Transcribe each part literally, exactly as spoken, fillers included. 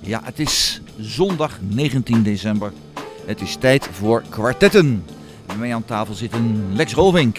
Ja, het is zondag negentien december. Het is tijd voor kwartetten. Bij mij aan tafel zit een Lex Rolvink.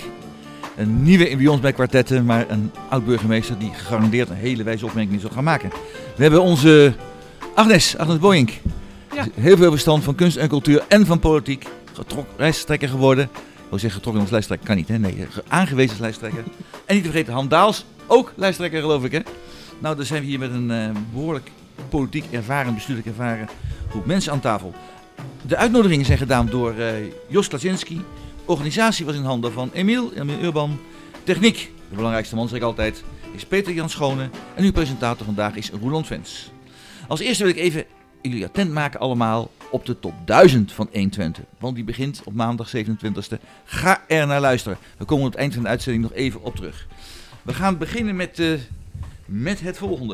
Een nieuwe bij ons bij kwartetten, maar een oud-burgemeester die gegarandeerd een hele wijze opmerking zal gaan maken. We hebben onze Agnes, Agnes Boyink. Ja. Heel veel verstand van kunst en cultuur en van politiek. Getrokken lijsttrekker geworden. Ik wil zeggen getrokken als lijsttrekker, kan niet hè? Nee, aangewezen als lijsttrekker. En niet te vergeten Han Daals, ook lijsttrekker geloof ik hè. Nou, dan zijn we hier met een uh, behoorlijk politiek ervaren, bestuurlijk ervaren groep mensen aan tafel. De uitnodigingen zijn gedaan door uh, Jos Klaczynski. Organisatie was in handen van Emiel, Emiel Urban. Techniek, de belangrijkste man zeg ik altijd, is Peter Jan Schone. En uw presentator vandaag is Roeland Vens. Als eerste wil ik even jullie attent maken allemaal op de top duizend van honderdtwintig. Want die begint op maandag zevenentwintigste. Ga er naar luisteren. We komen op het eind van de uitzending nog even op terug. We gaan beginnen met, uh, met het volgende.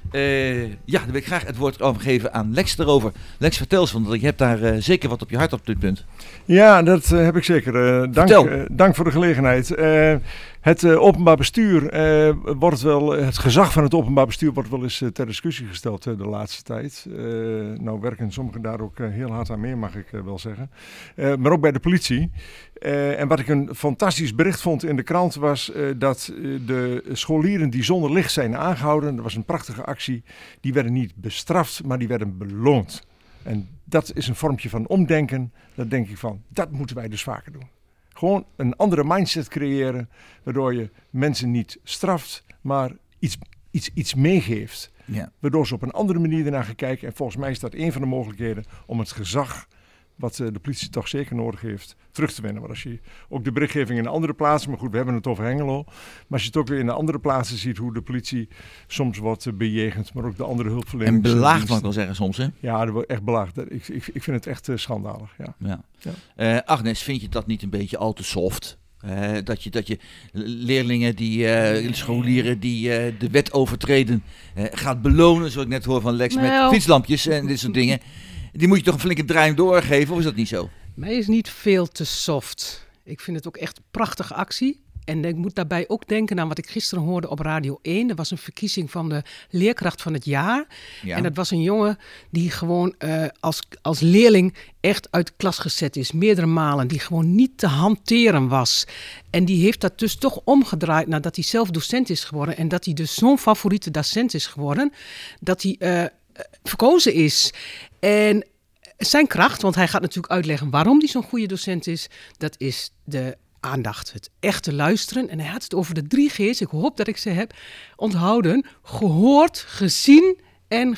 Uh, ja, dan wil ik graag het woord overgeven aan Lex erover. Lex, vertel eens, want je hebt daar uh, zeker wat op je hart op dit punt. Ja, dat uh, heb ik zeker. Uh, dank, uh, dank voor de gelegenheid. Uh, het uh, openbaar bestuur uh, wordt wel, het gezag van het openbaar bestuur wordt wel eens uh, ter discussie gesteld uh, de laatste tijd. Uh, nou werken sommigen daar ook uh, heel hard aan mee, mag ik uh, wel zeggen. Uh, maar ook bij de politie. Uh, en wat ik een fantastisch bericht vond in de krant was uh, dat uh, de scholieren die zonder licht zijn aangehouden, dat was een prachtige actie, die werden niet bestraft, maar die werden beloond. En dat is een vormpje van omdenken. Dat denk ik van, dat moeten wij dus vaker doen. Gewoon een andere mindset creëren, waardoor je mensen niet straft, maar iets, iets, iets meegeeft. Ja. Waardoor ze op een andere manier ernaar gaan kijken. En volgens mij is dat een van de mogelijkheden om het gezag, wat de politie toch zeker nodig heeft, terug te winnen. Want als je ook de berichtgeving in andere plaatsen, maar goed, we hebben het over Hengelo. Maar als je het ook weer in de andere plaatsen ziet, hoe de politie soms wordt bejegend, maar ook de andere hulpverleners. En belaagd, mag ik wel zeggen soms, hè? Ja, dat wordt echt belaagd. Ik, ik, ik vind het echt uh, schandalig, ja. ja. ja. Uh, Agnes, vind je dat niet een beetje al te soft? Uh, dat, je, dat je leerlingen, die uh, scholieren die uh, de wet overtreden, uh, gaat belonen, zoals ik net hoor van Lex, nou, met fietslampjes en dit soort dingen. Die moet je toch een flinke draai doorgeven, of is dat niet zo? Mij is niet veel te soft. Ik vind het ook echt een prachtige actie. En ik moet daarbij ook denken aan wat ik gisteren hoorde op Radio één. Er was een verkiezing van de leerkracht van het jaar. Ja. En dat was een jongen die gewoon uh, als, als leerling echt uit de klas gezet is. Meerdere malen. Die gewoon niet te hanteren was. En die heeft dat dus toch omgedraaid nadat hij zelf docent is geworden. En dat hij dus zo'n favoriete docent is geworden. Dat hij uh, verkozen is. En zijn kracht, want hij gaat natuurlijk uitleggen waarom hij zo'n goede docent is. Dat is de aandacht, het echte luisteren. En hij had het over de drie G's. Ik hoop dat ik ze heb onthouden. Gehoord, gezien en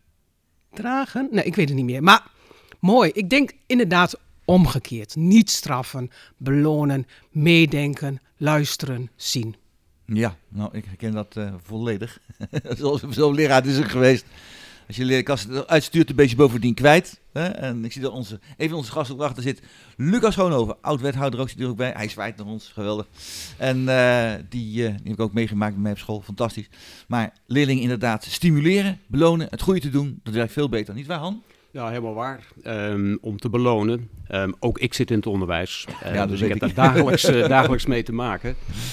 gedragen. Nee, ik weet het niet meer. Maar mooi. Ik denk inderdaad omgekeerd. Niet straffen, belonen, meedenken, luisteren, zien. Ja, nou, ik herken dat uh, volledig. Zo'n leraar is ik geweest. Als je leerkast uitstuurt, een beetje bovendien kwijt. Hè? En ik zie dat onze, even onze gast ook achter zit. Lucas Schoonhoven, oud-wethouder ook, zit er ook bij. Hij zwaait naar ons, geweldig. En uh, die, uh, die heb ik ook meegemaakt bij mij op school, fantastisch. Maar leerlingen inderdaad stimuleren, belonen, het goede te doen, dat werkt veel beter. Niet waar, Han? Ja, helemaal waar. Um, om te belonen. Um, ook ik zit in het onderwijs. Uh, ja, dus ik heb daar dagelijks, uh, dagelijks mee te maken.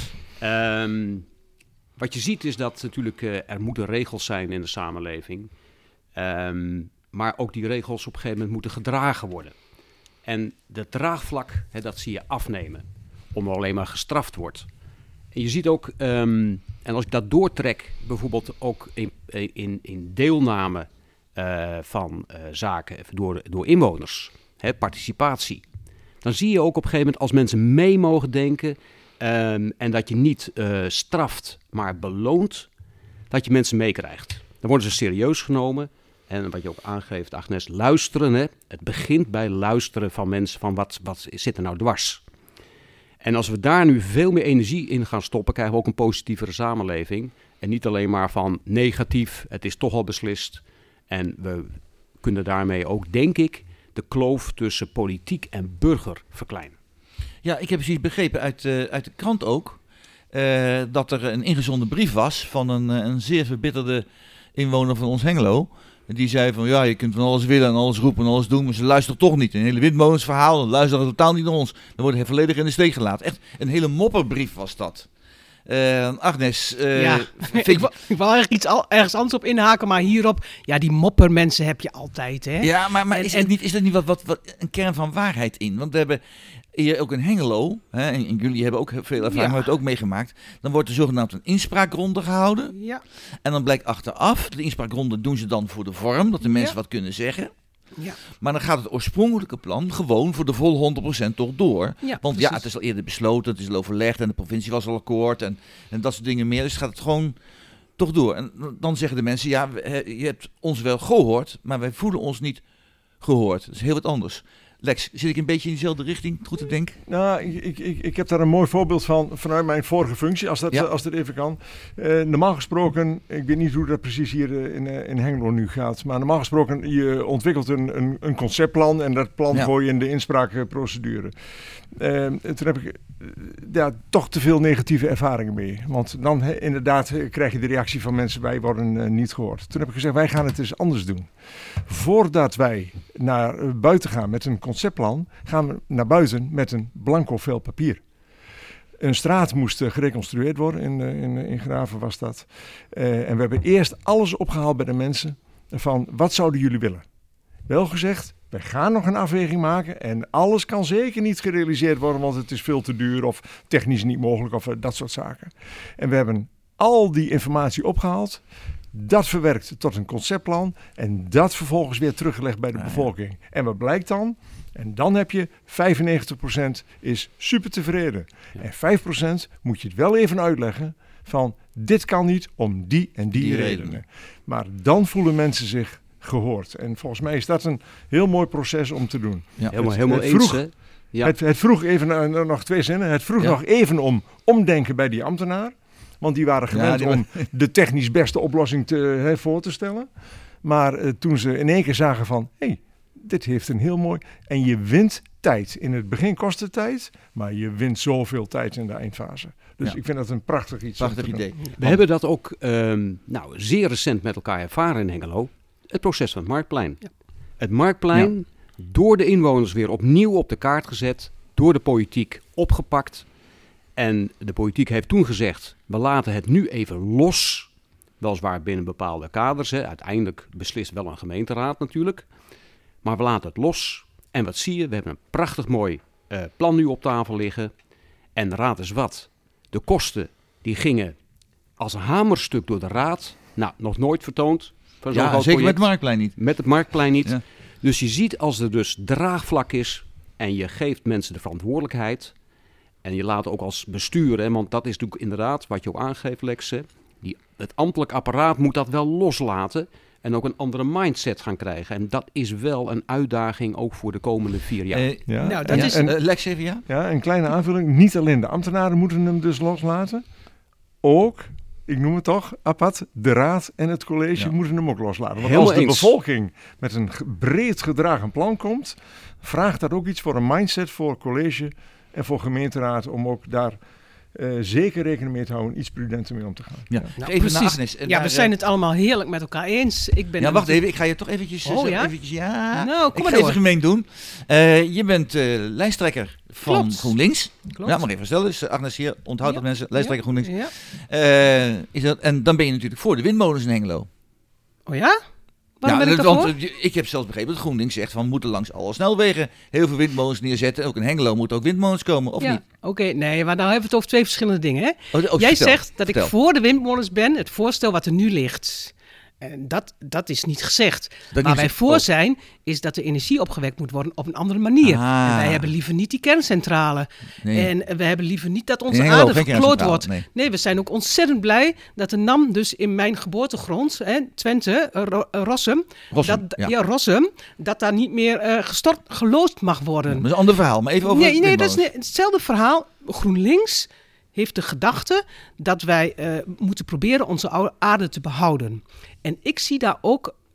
Um, wat je ziet is dat natuurlijk uh, er moeten regels zijn in de samenleving. Um, maar ook die regels op een gegeven moment moeten gedragen worden. En dat draagvlak, hè, dat zie je afnemen. Omdat alleen maar gestraft wordt. En je ziet ook, um, en als ik dat doortrek, bijvoorbeeld ook in, in, in deelname uh, van uh, zaken door, door inwoners, hè, participatie. Dan zie je ook op een gegeven moment als mensen mee mogen denken um, en dat je niet uh, straft, maar beloont, dat je mensen meekrijgt. Dan worden ze serieus genomen. En wat je ook aangeeft, Agnes, luisteren. Hè? Het begint bij luisteren van mensen, van wat, wat zit er nou dwars. En als we daar nu veel meer energie in gaan stoppen, krijgen we ook een positievere samenleving. En niet alleen maar van negatief, het is toch al beslist. En we kunnen daarmee ook, denk ik, de kloof tussen politiek en burger verkleinen. Ja, ik heb precies begrepen uit, uh, uit de krant ook, uh, dat er een ingezonden brief was van een, een zeer verbitterde inwoner van ons Hengelo. Die zei van, ja, je kunt van alles willen en alles roepen en alles doen, maar ze luisteren toch niet. Een hele windmolensverhaal, dan luisteren ze totaal niet naar ons. Dan worden ze volledig in de steek gelaten. Echt een hele mopperbrief was dat. Uh, Agnes, uh, ja, ik, ik, wil, ik wil eigenlijk iets al, ergens anders op inhaken, maar hierop, ja, die moppermensen heb je altijd, hè? Ja, maar, maar en, is, en, er niet, is er niet wat, wat, wat een kern van waarheid in? Want we hebben hier ook in Hengelo, hè, en, en jullie hebben ook veel ervaring, ja. hebben het ook meegemaakt. Dan wordt er zogenaamd een inspraakronde gehouden. Ja. En dan blijkt achteraf, de inspraakronde doen ze dan voor de vorm, dat de mensen ja. wat kunnen zeggen. Ja. Maar dan gaat het oorspronkelijke plan gewoon voor de volle honderd procent toch door. Ja, Want ja, het is al eerder besloten, het is al overlegd en de provincie was al akkoord en, en dat soort dingen meer. Dus gaat het gewoon toch door. En dan zeggen de mensen, ja, je hebt ons wel gehoord, maar wij voelen ons niet gehoord. Dat is heel wat anders. Lex, zit ik een beetje in diezelfde richting, goed te denken? Nou, ik, ik, ik heb daar een mooi voorbeeld van vanuit mijn vorige functie, als dat, ja. als dat even kan. Uh, normaal gesproken, ik weet niet hoe dat precies hier uh, in, uh, in Hengelo nu gaat, maar normaal gesproken, je ontwikkelt een, een, een conceptplan en dat plan ja. gooi je in de inspraakprocedure. Uh, toen heb ik uh, ja, toch te veel negatieve ervaringen mee. Want dan he, inderdaad krijg je de reactie van mensen, wij worden uh, niet gehoord. Toen heb ik gezegd, wij gaan het eens anders doen. Voordat wij naar uh, buiten gaan met een conceptplan, gaan we naar buiten met een blanco vel papier. Een straat moest uh, gereconstrueerd worden, in, uh, in, in Graven was dat. Uh, en we hebben eerst alles opgehaald bij de mensen van, wat zouden jullie willen? Wel gezegd, we gaan nog een afweging maken en alles kan zeker niet gerealiseerd worden, want het is veel te duur of technisch niet mogelijk of uh, dat soort zaken. En we hebben al die informatie opgehaald, dat verwerkt tot een conceptplan en dat vervolgens weer teruggelegd bij de ah, bevolking. Ja. En wat blijkt dan? En dan heb je vijfennegentig procent is super tevreden. Ja. En vijf procent moet je het wel even uitleggen van dit kan niet om die en die, die redenen. redenen. Maar dan voelen mensen zich gehoord. En volgens mij is dat een heel mooi proces om te doen. Ja. Helemaal, het, helemaal het vroeg, eens. Ja. Het, het vroeg even, uh, nog twee zinnen, het vroeg ja. nog even om omdenken bij die ambtenaar. Want die waren gewend ja, die om waren... de technisch beste oplossing te, he, voor te stellen. Maar uh, toen ze in één keer zagen van, hé, hey, dit heeft een heel mooi... En je wint tijd. In het begin kost het tijd, maar je wint zoveel tijd in de eindfase. Dus ja. ik vind dat een prachtig iets. Prachtig idee. We Want... hebben dat ook um, nou, zeer recent met elkaar ervaren in Hengelo. Het proces van het Marktplein. Ja. Het Marktplein, ja. door de inwoners weer opnieuw op de kaart gezet. Door de politiek opgepakt. En de politiek heeft toen gezegd, we laten het nu even los. Weliswaar binnen bepaalde kaders. Hè. Uiteindelijk beslist wel een gemeenteraad natuurlijk. Maar we laten het los. En wat zie je? We hebben een prachtig mooi uh, plan nu op tafel liggen. En raad eens wat. De kosten die gingen als een hamerstuk door de raad. Nou, nog nooit vertoond. Van zo'n ja, groot zeker project. met het Marktplein niet. Met het Marktplein niet. Ja. Dus je ziet als er dus draagvlak is en je geeft mensen de verantwoordelijkheid. En je laat ook als bestuur, hè, want dat is natuurlijk inderdaad wat je ook aangeeft, Lex. Die, het ambtelijk apparaat moet dat wel loslaten en ook een andere mindset gaan krijgen. En dat is wel een uitdaging ook voor de komende vier jaar. Uh, ja. Nou, dat ja, is en, uh, Lex even, ja? Ja, een kleine aanvulling. Niet alleen de ambtenaren moeten hem dus loslaten. Ook, ik noem het toch, apart, de raad en het college ja. moeten hem ook loslaten. Want Helemaal als de eens. bevolking met een breed gedragen plan komt, vraagt dat ook iets voor een mindset voor college en voor gemeenteraad om ook daar uh, zeker rekening mee te houden, iets prudenter mee om te gaan. Ja, nou, even precies. naar Agnes. Ja, we zijn het allemaal heerlijk met elkaar eens. Ik ben ja, wacht even, ik ga je toch eventjes, oh, ja? eventjes ja, nou, kom ik maar ga door. even gemeen doen. Uh, je bent uh, lijsttrekker van Klopt. GroenLinks. Klopt. Ja, maar even vertellen. Dus Agnes hier, onthoud ja. dat mensen, lijsttrekker ja. GroenLinks. Ja. Uh, is dat, en dan ben je natuurlijk voor de windmolens in Hengelo. Oh ja? Waarom ja, ben ik want daarvoor? ik heb zelfs begrepen dat GroenLinks zegt van we moeten langs alle snelwegen heel veel windmolens neerzetten. Ook in Hengelo moeten ook windmolens komen, of ja, niet? Oké, okay, nee, maar nou hebben we het over twee verschillende dingen. Hè? Oh, oh, Jij vertel, zegt dat vertel. ik voor de windmolens ben, het voorstel wat er nu ligt. En dat, dat is niet gezegd. Dat Waar niet wij zo- voor oh. zijn, is dat de energie opgewekt moet worden op een andere manier. Ah. En wij hebben liever niet die kerncentrale. Nee. En we hebben liever niet dat In onze Hengelo aarde geen verkloot kerncentrale, wordt. nee. Nee, we zijn ook ontzettend blij dat de N A M dus in mijn geboortegrond, hè, Twente, Ro- Rossum, Rossum, dat, ja. ja, Rossum, dat daar niet meer uh, gestort, geloosd mag worden. Dat is een ander verhaal, maar even over Nee, nee, dat windmolens. is ne- hetzelfde verhaal. GroenLinks heeft de gedachte dat wij uh, moeten proberen onze oude aarde te behouden. En ik zie daar ook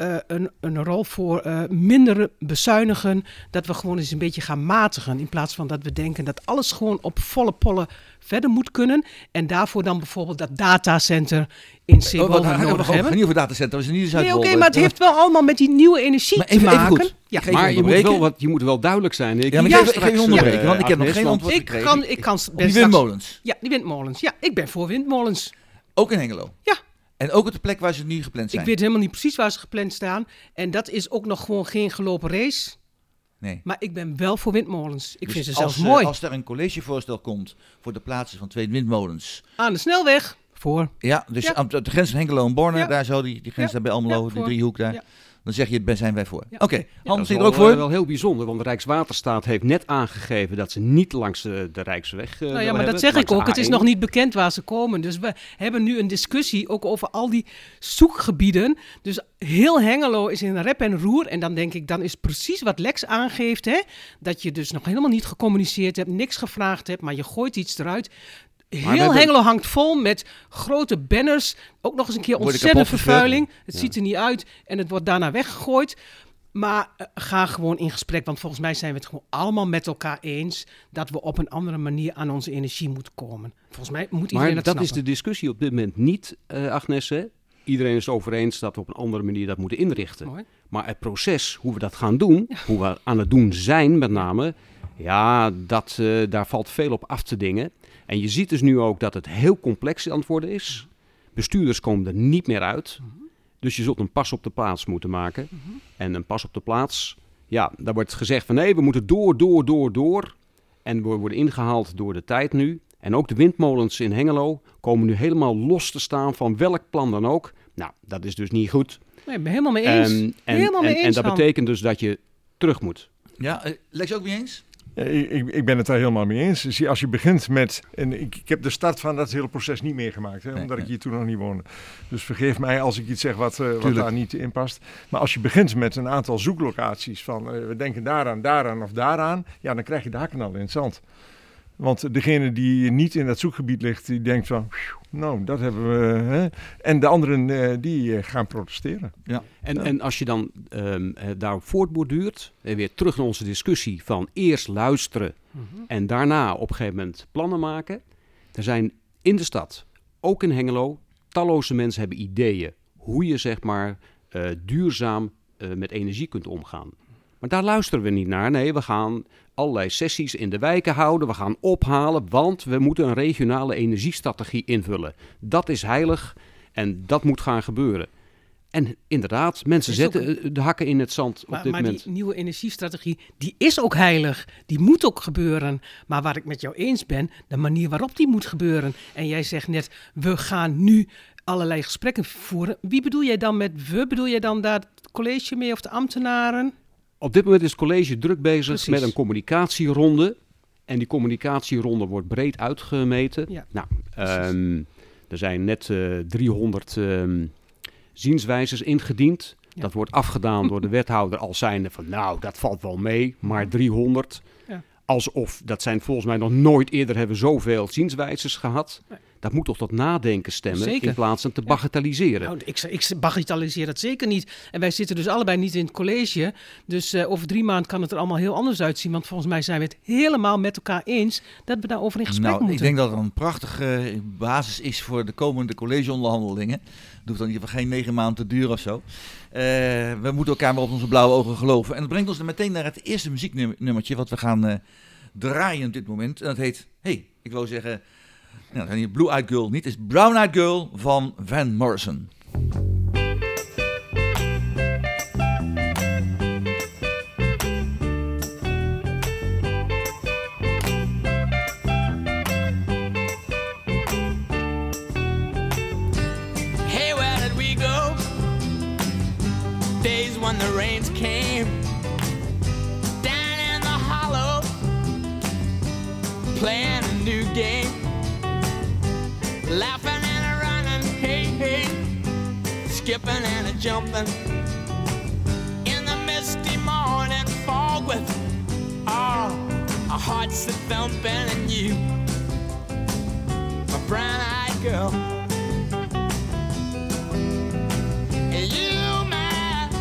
uh, een, een rol voor uh, minder bezuinigen. Dat we gewoon eens een beetje gaan matigen. In plaats van dat we denken dat alles gewoon op volle pollen verder moet kunnen. En daarvoor dan bijvoorbeeld dat datacenter in Zeewolde oh, nodig we hebben. Een nieuwe datacenter. We zijn niet nee, oké, okay, maar het heeft wel allemaal met die nieuwe energie maar te even, maken. Even goed. Ja, maar je moet, wel wat, je moet wel duidelijk zijn. Ik ja, maar ja, ik ga je onderbreken, ja, want ik heb nog geen antwoord ik gekregen. Kan, ik kan op die windmolens. Straks, ja, die windmolens. Ja, ik ben voor windmolens. Ook in Hengelo? Ja. En ook op de plek waar ze nu gepland zijn? Ik weet helemaal niet precies waar ze gepland staan. En dat is ook nog gewoon geen gelopen race. Nee. Maar ik ben wel voor windmolens. Ik dus vind ze als, zelfs mooi. Als er een collegevoorstel komt voor de plaatsen van twee windmolens. Aan de snelweg. Voor. Ja, dus ja. op de grens van Hengelo en Borne, ja. daar zo die, die grens ja. daar bij Almelo, ja, die driehoek daar. Ja. Dan zeg je, daar zijn wij voor. Ja. Oké, okay. ja, Hans, is er ook voor? Dat is wel heel bijzonder, want de Rijkswaterstaat heeft net aangegeven dat ze niet langs de, de Rijksweg uh, Nou ja, maar hebben, dat zeg ik ook. A één. Het is nog niet bekend waar ze komen. Dus we hebben nu een discussie ook over al die zoekgebieden. Dus heel Hengelo is in rep en roer. En dan denk ik, dan is precies wat Lex aangeeft. Hè? Dat je dus nog helemaal niet gecommuniceerd hebt, niks gevraagd hebt, maar je gooit iets eruit. Heel hebben... Hengelo hangt vol met grote banners. Ook nog eens een keer ontzettend vervuiling. Het ja. ziet er niet uit en het wordt daarna weggegooid. Maar uh, ga gewoon in gesprek. Want volgens mij zijn we het gewoon allemaal met elkaar eens dat we op een andere manier aan onze energie moeten komen. Volgens mij moet iedereen maar dat dat is de discussie op dit moment niet, uh, Agnes. Hè? Iedereen is het over eens dat we op een andere manier dat moeten inrichten. Mooi. Maar het proces, hoe we dat gaan doen, ja. hoe we aan het doen zijn met name, ja, dat, uh, daar valt veel op af te dingen. En je ziet dus nu ook dat het heel complex aan het worden is. Bestuurders komen er niet meer uit. Dus je zult een pas op de plaats moeten maken. En een pas op de plaats, ja, daar wordt gezegd van nee, we moeten door, door, door, door. En we worden ingehaald door de tijd nu. En ook de windmolens in Hengelo komen nu helemaal los te staan van welk plan dan ook. Nou, dat is dus niet goed. Nee, ik ben helemaal mee eens. Um, en, helemaal mee en, eens en dat betekent dus dat je terug moet. Ja, uh, Lex ook mee eens? Ik, ik ben het daar helemaal mee eens. Dus als je begint met... En ik, ik heb de start van dat hele proces niet meegemaakt. Hè, nee, omdat nee. ik hier toen nog niet woonde. Dus vergeef mij als ik iets zeg wat, uh, wat daar niet in past. Maar als je begint met een aantal zoeklocaties. Van uh, we denken daaraan, daaraan of daaraan. Ja, dan krijg je de hakken al in het zand. Want degene die niet in dat zoekgebied ligt, die denkt van, nou, dat hebben we. Hè? En de anderen uh, die uh, gaan protesteren. Ja. En, ja. en als je dan um, daarop voortborduurt, en weer terug naar onze discussie van eerst luisteren mm-hmm. en daarna op een gegeven moment plannen maken. Er zijn in de stad, ook in Hengelo, talloze mensen hebben ideeën hoe je zeg maar uh, duurzaam uh, met energie kunt omgaan. Maar daar luisteren we niet naar. Nee, we gaan allerlei sessies in de wijken houden. We gaan ophalen, want we moeten een regionale energiestrategie invullen. Dat is heilig en dat moet gaan gebeuren. En inderdaad, mensen zetten ook de hakken in het zand maar, op dit maar moment. Maar die nieuwe energiestrategie, die is ook heilig. Die moet ook gebeuren. Maar waar ik met jou eens ben, de manier waarop die moet gebeuren. En jij zegt net, we gaan nu allerlei gesprekken voeren. Wie bedoel jij dan met we? Bedoel jij dan daar het college mee of de ambtenaren? Op dit moment is het college druk bezig Precies. met een communicatieronde. En die communicatieronde wordt breed uitgemeten. Ja. Nou, um, er zijn net uh, driehonderd um, zienswijzers ingediend. Ja. Dat wordt afgedaan door de wethouder als zijnde van nou, dat valt wel mee, maar driehonderd. Ja. Alsof, dat zijn volgens mij nog nooit eerder hebben zoveel zienswijzers gehad. Nee. Dat moet toch tot nadenken stemmen zeker. In plaats van te bagatelliseren. Nou, ik, ik bagatelliseer dat zeker niet. En wij zitten dus allebei niet in het college. Dus uh, over drie maanden kan het er allemaal heel anders uitzien. Want volgens mij zijn we het helemaal met elkaar eens dat we daarover in gesprek nou, moeten. Ik denk dat er een prachtige uh, basis is voor de komende collegeonderhandelingen. Het hoeft dan in ieder geval geen negen maanden te duren of zo. Uh, we moeten elkaar maar op onze blauwe ogen geloven. En dat brengt ons dan meteen naar het eerste muzieknummertje wat we gaan uh, draaien op dit moment. En dat heet, hey, ik wou zeggen... Nou, dat is niet Blue Eyed Girl, niet. Het is Brown Eyed Girl van Van Morrison. Hey, where did we go? Days when the rains came down in the hollow, playing a new game. Laughing and a running, hey, hey, skipping and a jumping in the misty morning fog with oh, our hearts that thumping and you, my brown-eyed girl, and you, my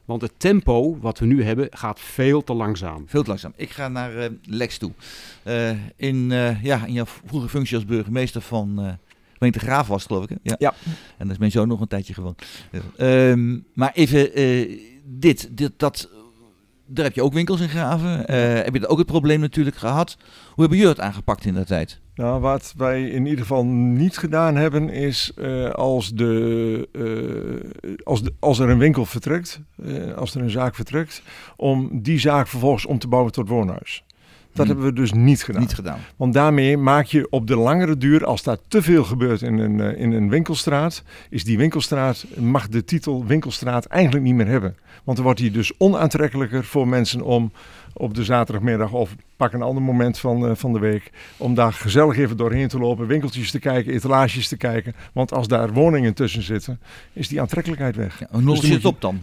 Want het tempo wat we nu hebben gaat veel te langzaam. Veel te langzaam. Ik ga naar uh, Lex toe. Uh, in, uh, ja, in jouw vroege functie als burgemeester van uh, gemeente Graaf was het, geloof ik. Hè? Ja. ja. En dat is mijn zoon nog een tijdje gewoond. Uh, um, maar even uh, dit, dit, dat... Daar heb je ook winkels in Graven. Uh, heb je ook het probleem natuurlijk gehad. Hoe hebben jullie het aangepakt in dat tijd? Nou, wat wij in ieder geval niet gedaan hebben is uh, als, de, uh, als, de, als er een winkel vertrekt, uh, als er een zaak vertrekt, om die zaak vervolgens om te bouwen tot woonhuis. Dat hmm. hebben we dus niet gedaan. niet gedaan. Want daarmee maak je op de langere duur, als daar te veel gebeurt in een, uh, in een winkelstraat, is die winkelstraat, mag de titel winkelstraat eigenlijk niet meer hebben. Want dan wordt die dus onaantrekkelijker voor mensen om op de zaterdagmiddag of pak een ander moment van, uh, van de week, om daar gezellig even doorheen te lopen, winkeltjes te kijken, etalages te kijken. Want als daar woningen tussen zitten, is die aantrekkelijkheid weg. Ja, hoe los je het op dan?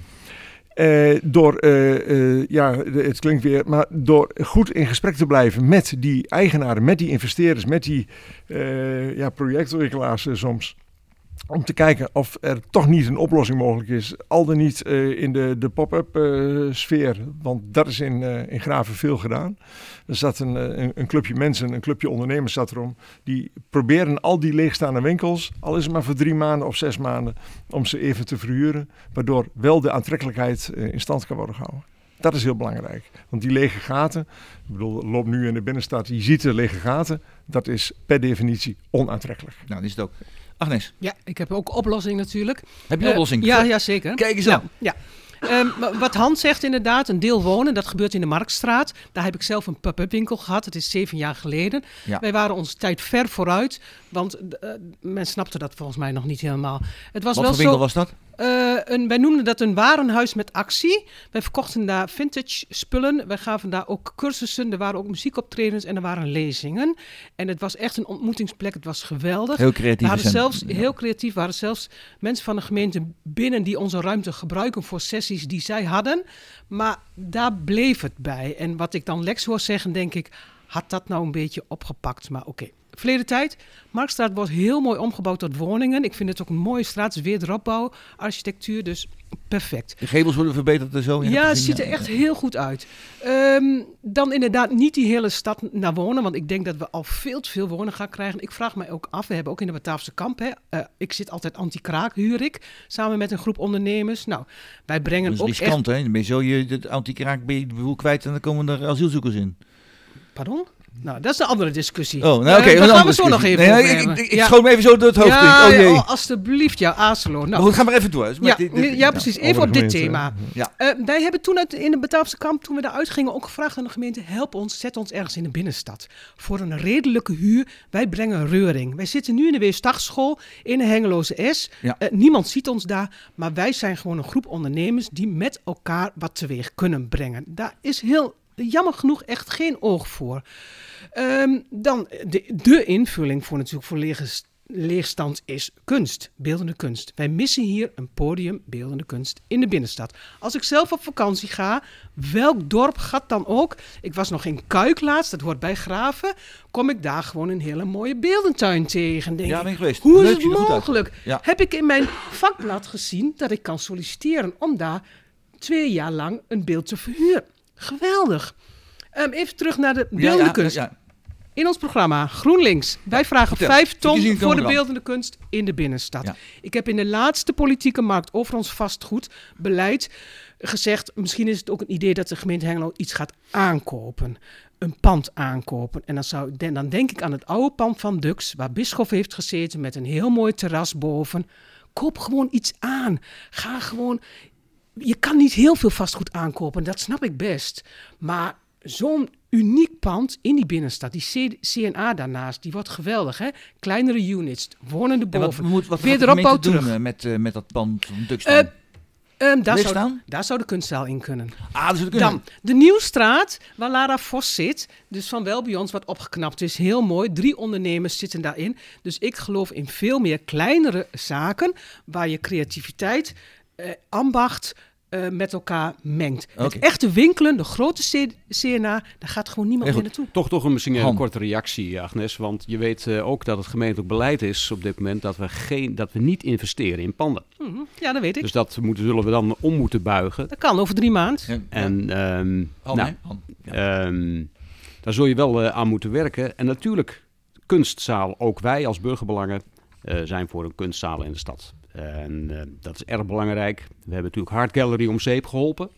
Uh, door, uh, uh, ja, het klinkt weer, maar door goed in gesprek te blijven met die eigenaren, met die investeerders, met die uh, ja, projectontwikkelaars uh, soms. Om te kijken of er toch niet een oplossing mogelijk is. Al dan niet uh, in de, de pop-up uh, sfeer. Want dat is in, uh, in Graven veel gedaan. Er zat een, een, een clubje mensen, een clubje ondernemers zat erom. Die proberen al die leegstaande winkels, al is het maar voor drie maanden of zes maanden, om ze even te verhuren. Waardoor wel de aantrekkelijkheid uh, in stand kan worden gehouden. Dat is heel belangrijk. Want die lege gaten, ik bedoel, loop nu in de binnenstad, je ziet de lege gaten. Dat is per definitie onaantrekkelijk. Nou, dat is het ook. Agnes? Ja, ik heb ook oplossing natuurlijk. Heb je een uh, oplossing? Ja, ja, zeker. Kijk eens aan. Ja, ja. Um, wat Hans zegt inderdaad, een deel wonen, dat gebeurt in de Marktstraat. Daar heb ik zelf een pop-up winkel gehad, het is zeven jaar geleden. Ja. Wij waren onze tijd ver vooruit, want uh, men snapte dat volgens mij nog niet helemaal. Het was wat wel voor winkel zo, was dat? Uh, een, wij noemden dat een warenhuis met actie. Wij verkochten daar vintage spullen. Wij gaven daar ook cursussen. Er waren ook muziekoptredens en er waren lezingen. En het was echt een ontmoetingsplek. Het was geweldig. Heel creatief. We hadden zelfs, ja. Heel creatief. We hadden zelfs mensen van de gemeente binnen die onze ruimte gebruiken voor sessies die zij hadden. Maar daar bleef het bij. En wat ik dan Lex hoor zeggen, denk ik, had dat nou een beetje opgepakt. Maar oké. Okay. Verleden tijd. Marktstraat wordt heel mooi omgebouwd tot woningen. Ik vind het ook een mooie straat. Het is wederopbouw, architectuur, dus perfect. De gevels worden verbeterd en zo? Ja, het ziet er echt heel goed uit. Um, dan inderdaad niet die hele stad naar wonen, want ik denk dat we al veel te veel wonen gaan krijgen. Ik vraag mij ook af, we hebben ook in de Bataafse Kamp, hè, uh, ik zit altijd anti-kraak, huur ik, samen met een groep ondernemers. Nou, wij brengen ook echt... Dat is riskant, hè? Dan ben je zo je het anti-kraak ben je de boel kwijt en dan komen er asielzoekers in. Pardon? Nou, dat is een andere discussie. Oh, nou oké. Okay, uh, daar gaan we zo nog even nee, over ik, hebben. Ik, ik, ik ja. schoot me even zo door het hoofd. Ja, oh, jee. ja, alsjeblieft, ja, Azelo. Nou, maar goed, ga maar even door. Dus ja, dit, dit, ja, precies. Even op dit thema. Ja. Uh, wij hebben toen uit, in de Bataafse Kamp, toen we daar uitgingen, ook gevraagd aan de gemeente, help ons, zet ons ergens in de binnenstad. Voor een redelijke huur, wij brengen reuring. Wij zitten nu in de Weesdagsschool in de Hengeloze S. Ja. Uh, niemand ziet ons daar, maar wij zijn gewoon een groep ondernemers die met elkaar wat teweeg kunnen brengen. Daar is heel, jammer genoeg, echt geen oog voor. Um, dan de, de invulling voor natuurlijk voor lege, leegstand is kunst, beeldende kunst. Wij missen hier een podium beeldende kunst in de binnenstad. Als ik zelf op vakantie ga, welk dorp gaat dan ook? Ik was nog in Kuik laatst, dat hoort bij Graven. Kom ik daar gewoon een hele mooie beeldentuin tegen. Denk ja, ben ik geweest. Hoe Leuk, is het mogelijk? Ja. Heb ik in mijn vakblad gezien dat ik kan solliciteren om daar twee jaar lang een beeld te verhuren. Geweldig. Um, even terug naar de beeldende ja, kunst. Ja, ja. In ons programma GroenLinks. Wij vragen Vertel, vijf ton voor de beeldende kunst in de binnenstad. Ja. Ik heb in de laatste politieke markt over ons vastgoedbeleid gezegd, misschien is het ook een idee dat de gemeente Hengelo iets gaat aankopen. Een pand aankopen. En dan, zou, dan denk ik aan het oude pand van Dux, waar Bisschop heeft gezeten met een heel mooi terras boven. Koop gewoon iets aan. Ga gewoon... Je kan niet heel veel vastgoed aankopen, dat snap ik best. Maar zo'n uniek pand in die binnenstad, die C N A daarnaast, die wordt geweldig, hè? Kleinere units, wonende boven. Wat moet wat weer erop bouwen doen terug. Met, uh, met dat pand van Dux dan? Uh, Um, daar, zou, daar zou de kunstzaal in kunnen. Ah, dat zou kunnen. Dan de Nieuwstraat, waar Lara Vos zit. Dus van wel bij ons wat opgeknapt is. Heel mooi. Drie ondernemers zitten daarin. Dus ik geloof in veel meer kleinere zaken, waar je creativiteit, eh, ambacht, uh, met elkaar mengt. Okay. Het echte winkelen, de grote C- C N A, daar gaat gewoon niemand meer naartoe. Toch, toch een, misschien een korte reactie, Agnes. Want je weet uh, ook dat het gemeentelijk beleid is op dit moment dat we, geen, dat we niet investeren in panden. Mm-hmm. Ja, dat weet ik. Dus dat moeten, zullen we dan om moeten buigen. Dat kan over drie maanden. Ja, ja. En um, Han, nou, Han. Ja. Um, daar zul je wel uh, aan moeten werken. En natuurlijk, kunstzaal, ook wij als burgerbelangen uh, zijn voor een kunstzaal in de stad. En uh, dat is erg belangrijk. We hebben natuurlijk Hart Gallery om zeep geholpen.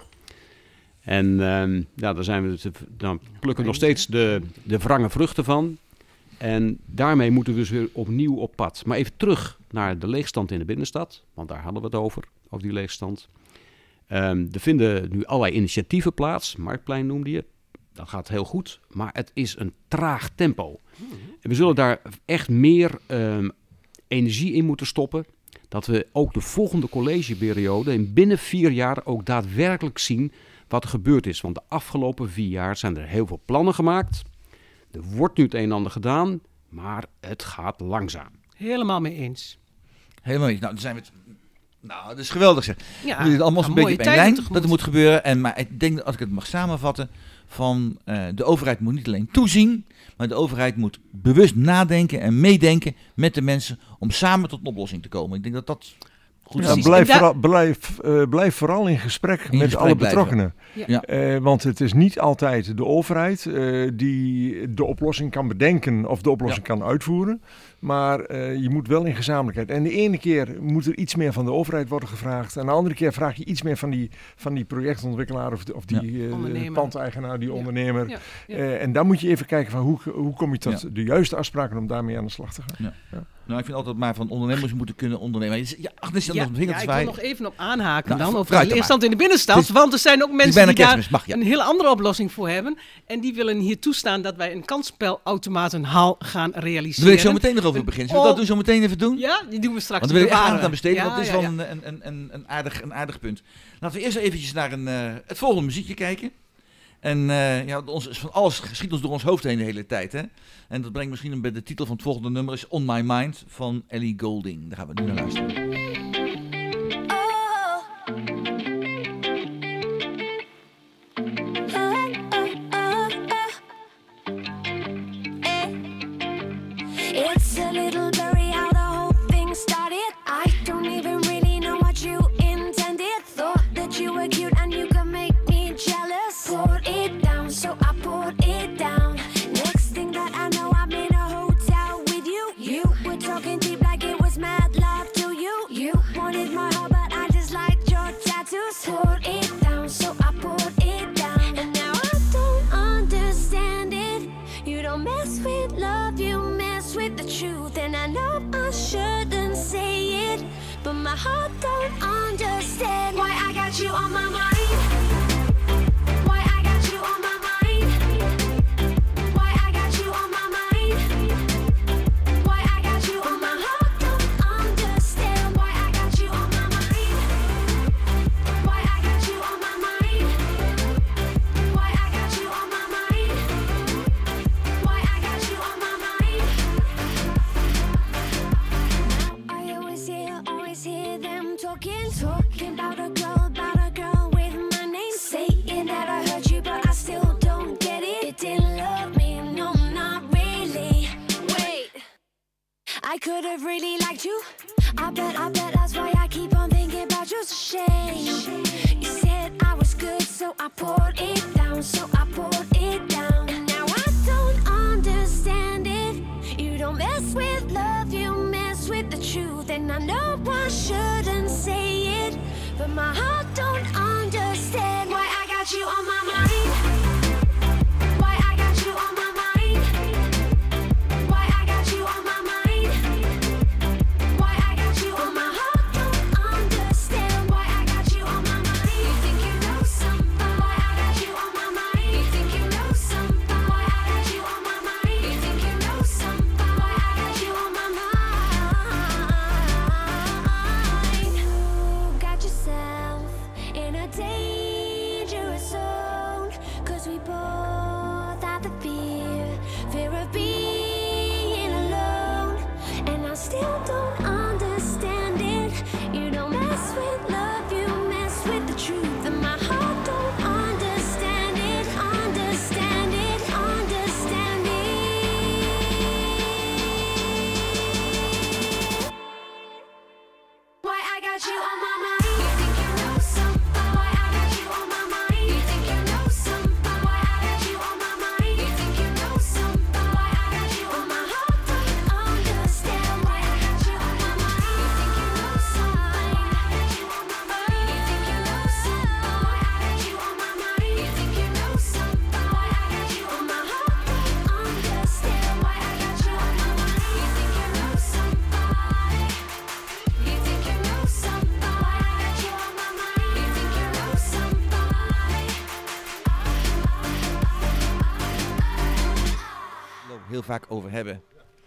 En um, ja, daar zijn we, dan plukken we nog steeds de, de wrange vruchten van. En daarmee moeten we dus weer opnieuw op pad. Maar even terug naar de leegstand in de binnenstad. Want daar hadden we het over, over die leegstand. Um, er vinden nu allerlei initiatieven plaats. Marktplein noemde je. Dat gaat heel goed. Maar het is een traag tempo. En we zullen daar echt meer um, energie in moeten stoppen. Dat we ook de volgende collegeperiode in binnen vier jaar ook daadwerkelijk zien wat er gebeurd is. Want de afgelopen vier jaar zijn er heel veel plannen gemaakt. Er wordt nu het een en ander gedaan, maar het gaat langzaam. Helemaal mee eens. Helemaal eens. Nou, dan zijn we het... Nou, dat is geweldig zeg. Ja, We het allemaal een beetje op één lijn tegemoet. dat het moet gebeuren. En, maar ik denk dat als ik het mag samenvatten, van uh, de overheid moet niet alleen toezien, maar de overheid moet bewust nadenken en meedenken met de mensen om samen tot een oplossing te komen. Ik denk dat dat goed ja, is. blijf, daar... vooral, blijf, uh, blijf vooral in gesprek in met gesprek alle blijven. betrokkenen. Ja. Ja. Uh, want het is niet altijd de overheid uh, die de oplossing kan bedenken of de oplossing ja. kan uitvoeren. Maar uh, je moet wel in gezamenlijkheid. En de ene keer moet er iets meer van de overheid worden gevraagd. En de andere keer vraag je iets meer van die, van die projectontwikkelaar of, of die ja. uh, pandeigenaar, die ja. ondernemer. Ja. Ja. Uh, en dan moet je even kijken van hoe, hoe kom je tot ja. de juiste afspraken om daarmee aan de slag te gaan. Ja. Ja. Nou, ik vind altijd maar van ondernemers moeten kunnen ondernemen. Ja, Agnes, Ja, nog een ja, ik wil nog even op aanhaken nou, dan over de leegstand in de binnenstad. Is, want er zijn ook mensen die daar mag, ja. een hele andere oplossing voor hebben. En die willen hier toestaan dat wij een kansspelautomatenhal gaan realiseren. Daar wil ik zo meteen nog over beginnen. Zullen we dat doen, zo meteen even doen? Ja, die doen we straks. Want dan wil ik echt aandacht aan besteden, ja, want het is ja, wel ja. een, een, een, een, aardig, een aardig punt. Laten we eerst eventjes naar een, uh, het volgende muziekje kijken. En uh, ja, ons, van alles schiet ons door ons hoofd heen de hele tijd. Hè? En dat brengt misschien bij de titel van het volgende nummer is On My Mind van Ellie Goulding. Daar gaan we nu naar luisteren. It's a little blurry how the whole thing started. I don't even really know what you intended. Thought that you were cute and you could make me jealous. Poured it down, so I poured it down. Next thing that I know, I'm in a hotel with you. You were talking deep like it was mad love to you. You wanted my heart, but I just liked your tattoos. Poured it down, so I poured it down. And now I don't understand it. You don't mess with love, you mess with the truth. And I know I shouldn't say it, but my heart don't understand why I got you on my mind. Why I got you on my mind. Why I got you on my mind. Why I got you on my heart don't understand why I got you on my mind. Why I got you on my mind. Why I got you on my mind. Why I got you on my mind. I always hear, always hear them talking, talking about a girl, about a girl with my name, saying that I heard you, but I still don't get it. You didn't love me, no, not really. Wait, I could have really liked you. I bet, I bet that's why I keep on thinking about you. It's a shame. You said I was good, so I poured it down, so I poured it down. And now I don't understand it. You don't mess with love, you mess with the truth. And I know I shouldn't say it, but my heart don't understand why I got you on my mind. Why I got you on my mind. Why I got you on my mind. Why I got you on my heart don't understand why I got you on my mind. You think you know something? Why I got you on my mind. vaak over hebben.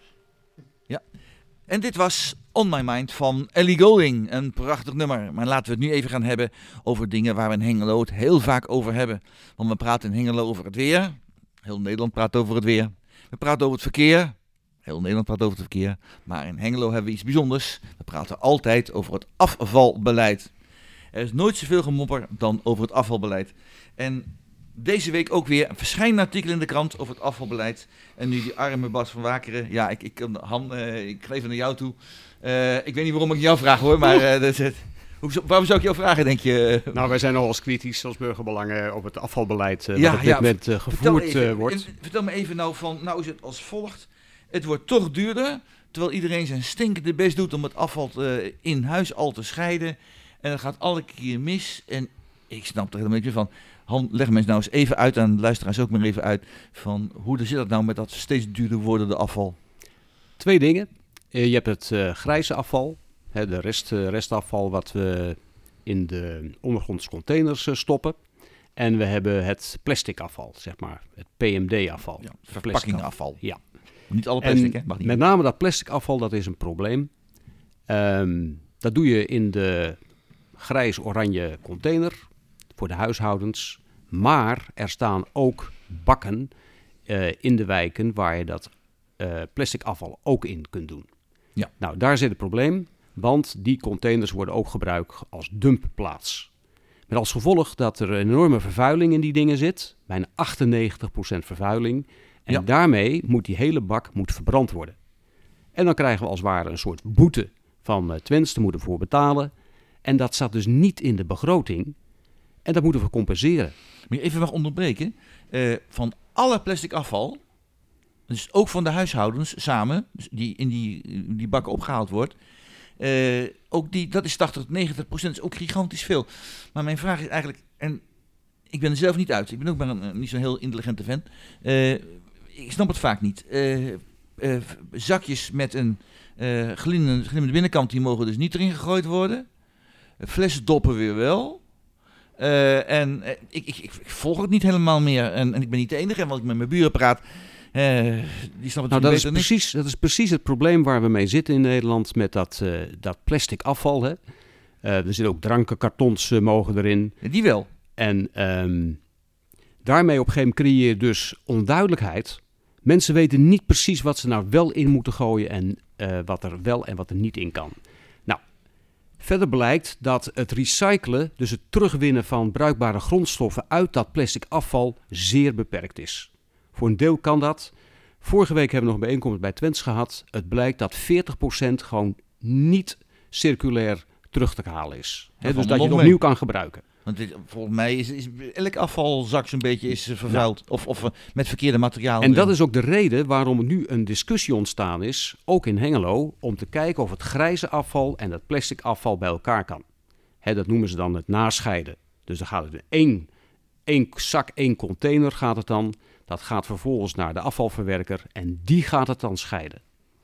Ja. En dit was On My Mind van Ellie Goulding. Een prachtig nummer. Maar laten we het nu even gaan hebben over dingen waar we in Hengelo het heel vaak over hebben. Want we praten in Hengelo over het weer. Heel Nederland praat over het weer. We praten over het verkeer. Heel Nederland praat over het verkeer. Maar in Hengelo hebben we iets bijzonders. We praten altijd over het afvalbeleid. Er is nooit zoveel gemopper dan over het afvalbeleid. En deze week ook weer een verschijnend artikel in de krant over het afvalbeleid. En nu die arme Bas van Wakeren. Ja, ik, ik, Han, uh, ik geef het naar jou toe. Uh, ik weet niet waarom ik jou vraag hoor, maar uh, dat is het. Hoe, waarom zou ik jou vragen, denk je? Nou, wij zijn nogal eens kritisch als Burgerbelangen op het afvalbeleid uh, ja, dat op dit ja, moment uh, gevoerd vertel even, wordt. Vertel me even nou van, nou is het als volgt. Het wordt toch duurder, terwijl iedereen zijn stinkende best doet om het afval uh, in huis al te scheiden. En dat gaat alle keer mis. En ik snap er helemaal niet meer van. Han, leg me eens nou eens even uit, aan de luisteraars ook maar even uit, van hoe zit dat nou met dat steeds duurder wordende afval? Twee dingen. Uh, je hebt het uh, grijze afval, hè, de rest, uh, restafval wat we in de ondergrondse containers uh, stoppen. En we hebben het plastic afval, zeg maar, het P M D-afval. Ja, verpakkingafval. Ja. Niet alle plastic, en hè? Mag niet. Met name dat plastic afval, dat is een probleem. Um, dat doe je in de grijs-oranje container voor de huishoudens. Maar er staan ook bakken uh, in de wijken waar je dat uh, plastic afval ook in kunt doen. Ja. Nou, daar zit het probleem, want die containers worden ook gebruikt als dumpplaats. Met als gevolg dat er een enorme vervuiling in die dingen zit, bijna achtennegentig procent vervuiling. En ja. daarmee moet die hele bak moet verbrand worden. En dan krijgen we als het ware een soort boete van uh, Twents, daar moeten we voor betalen. En dat zat dus niet in de begroting. En dat moeten we compenseren. Moet je even mag onderbreken. Uh, van alle plastic afval, dus ook van de huishoudens samen, dus die in die, die bakken opgehaald wordt. Uh, ook die, dat is tachtig tot negentig procent, is ook gigantisch veel. Maar mijn vraag is eigenlijk, en ik ben er zelf niet uit. Ik ben ook maar een, niet zo'n heel intelligente vent. Uh, ik snap het vaak niet. Uh, uh, zakjes met een uh, glimmende, glimmende binnenkant, die mogen dus niet erin gegooid worden. Uh, flessendoppen weer wel. Uh, en uh, ik, ik, ik volg het niet helemaal meer. En, en ik ben niet de enige. En als ik met mijn buren praat, uh, die snappen het nou, dat beter is precies, dat is precies het probleem waar we mee zitten in Nederland met dat, uh, dat plastic afval. Hè. Uh, er zitten ook drankenkartons uh, mogen erin. Ja, die wel. En um, daarmee op een gegeven moment creëer je dus onduidelijkheid. Mensen weten niet precies wat ze nou wel in moeten gooien en uh, wat er wel en wat er niet in kan. Nou, verder blijkt dat het recyclen, dus het terugwinnen van bruikbare grondstoffen uit dat plastic afval, zeer beperkt is. Voor een deel kan dat. Vorige week hebben we nog een bijeenkomst bij Twents gehad. Het blijkt dat veertig procent gewoon niet circulair terug te halen is. He, dus dat je het opnieuw kan gebruiken. Want dit, volgens mij is, is elk afvalzak zo'n beetje is vervuild. Ja. Of, of uh, met verkeerde materialen. En dat is ook de reden waarom nu een discussie ontstaan is, ook in Hengelo, om te kijken of het grijze afval en het plastic afval bij elkaar kan. He, dat noemen ze dan het nascheiden. Dus dan gaat het in één, één zak, één container gaat het dan. Dat gaat vervolgens naar de afvalverwerker en die gaat het dan scheiden.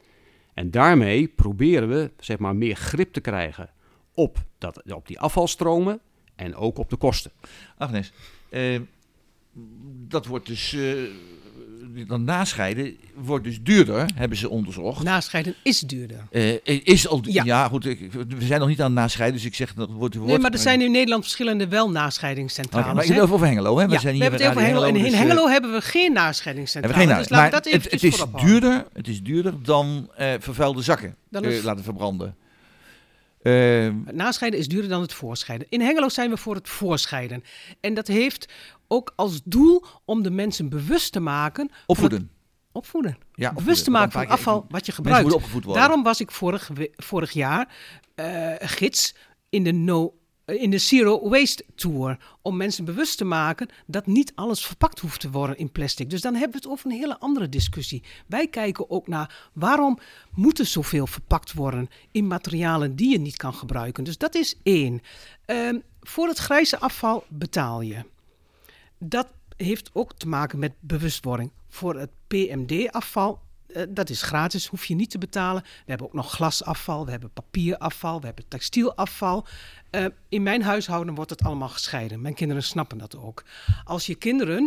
En daarmee proberen we zeg maar, meer grip te krijgen op, dat, op die afvalstromen. En ook op de kosten. Agnes, uh, dat wordt dus, uh, dan nascheiden wordt dus duurder, hebben ze onderzocht. Nascheiden is duurder. Uh, is al, ja. ja, goed, ik, we zijn nog niet aan het nascheiden, dus ik zeg dat wordt... wordt nee, maar er zijn in Nederland verschillende wel nascheidingscentrales. Okay, maar ik heb het over Hengelo, hè? We ja, zijn hier we hebben het over Hengelo. Hengelo. En in dus, Hengelo uh, hebben we geen nascheidingscentrale. Hebben we geen na- dus maar dat het, het, is duurder, het is duurder dan uh, vervuilde zakken dan uh, laten verbranden. Uh, het nascheiden is duurder dan het voorscheiden. In Hengelo zijn we voor het voorscheiden. En dat heeft ook als doel om de mensen bewust te maken... Opvoeden. Het, opvoeden. Ja, opvoeden. Bewust te maken van het afval wat je gebruikt. Daarom was ik vorig, vorig jaar uh, gids in de no... in de Zero Waste Tour, om mensen bewust te maken dat niet alles verpakt hoeft te worden in plastic. Dus dan hebben we het over een hele andere discussie. Wij kijken ook naar waarom moet er zoveel verpakt worden in materialen die je niet kan gebruiken. Dus dat is één. Um, voor het grijze afval betaal je. Dat heeft ook te maken met bewustwording. Voor het P M D-afval, uh, dat is gratis, hoef je niet te betalen. We hebben ook nog glasafval, we hebben papierafval, we hebben textielafval. Uh, in mijn huishouden wordt het allemaal gescheiden. Mijn kinderen snappen dat ook. Als je kinderen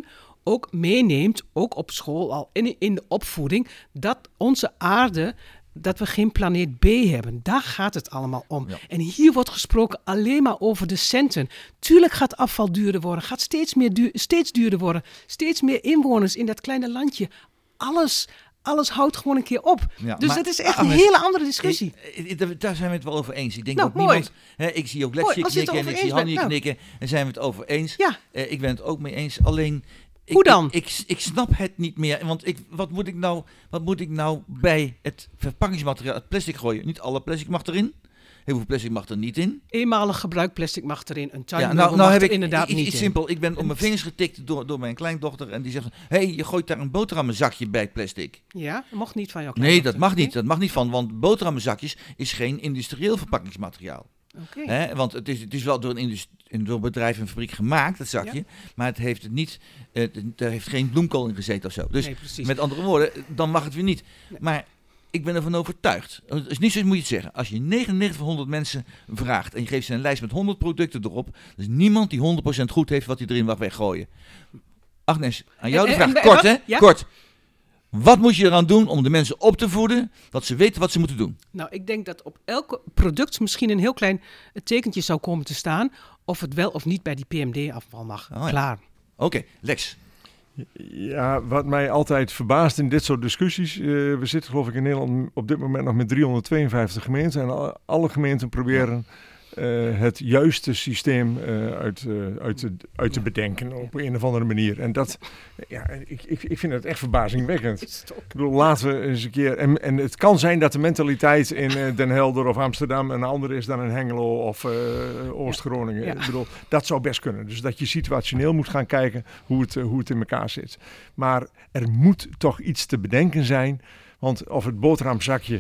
ook meeneemt, ook op school al in, in de opvoeding, dat onze aarde, dat we geen planeet B hebben. Daar gaat het allemaal om. Ja. En hier wordt gesproken alleen maar over de centen. Tuurlijk gaat afval duurder worden, gaat steeds, meer duur, steeds duurder worden, steeds meer inwoners in dat kleine landje. Alles... Alles houdt gewoon een keer op. Ja, dus dat is echt een hele andere discussie. Ik, daar zijn we het wel over eens. Ik denk nou, dat niemand... Hè, ik zie ook Lexje knikken en ik zie Hannie nou. knikken. En zijn we het over eens. Ja. Uh, ik ben het ook mee eens. Alleen... Ik, Hoe dan? Ik, ik, ik snap het niet meer. Want ik, wat, moet ik nou, wat moet ik nou bij het verpakkingsmateriaal, het plastic gooien? Niet alle plastic mag erin. Heel veel plastic mag er niet in. Eenmalig gebruik plastic mag erin. Een tuinmeubel ja, nou, nou mag heb er ik inderdaad iets, niet iets in. simpel. Ik ben op mijn vingers getikt door, door mijn kleindochter. En die zegt, hé, hey, je gooit daar een boterhammenzakje bij plastic. Ja, dat mag niet van jouw Nee, dat mag niet. Dat mag niet van, want boterhammenzakjes is geen industrieel verpakkingsmateriaal. Okay. Hè, want het is, het is wel door een, industrie, door een bedrijf en fabriek gemaakt, dat zakje. Ja. Maar het heeft het niet, uh, er heeft geen bloemkool in gezeten of zo. Dus nee, met andere woorden, dan mag het weer niet. Nee. Maar ik ben ervan overtuigd. Het is niet zo, moet je het zeggen. Als je negenennegentig van honderd mensen vraagt en je geeft ze een lijst met honderd producten erop, er is niemand die honderd procent goed heeft wat hij erin mag weggooien. Agnes, aan jou de vraag. En, en, Kort, hè? Ja? Kort. Wat moet je eraan doen om de mensen op te voeden, dat ze weten wat ze moeten doen? Nou, ik denk dat op elk product misschien een heel klein tekentje zou komen te staan of het wel of niet bij die P M D-afval mag. Oh, ja. Klaar. Oké, okay. Lex. Ja, wat mij altijd verbaast in dit soort discussies, uh, we zitten geloof ik in Nederland op dit moment nog met driehonderdtweeënvijftig gemeenten en alle gemeenten proberen uh, het juiste systeem uh, uit, uh, uit, te, uit te bedenken op een of andere manier. En dat, ja, ik, ik, ik vind het echt verbazingwekkend. Ik bedoel, laten we eens een keer, en, en het kan zijn dat de mentaliteit in uh, Den Helder of Amsterdam een andere is dan in Hengelo of uh, Oost-Groningen. Ja, ja. Ik bedoel, dat zou best kunnen. Dus dat je situationeel moet gaan kijken hoe het, uh, hoe het in elkaar zit. Maar er moet toch iets te bedenken zijn, want of het boterhamzakje...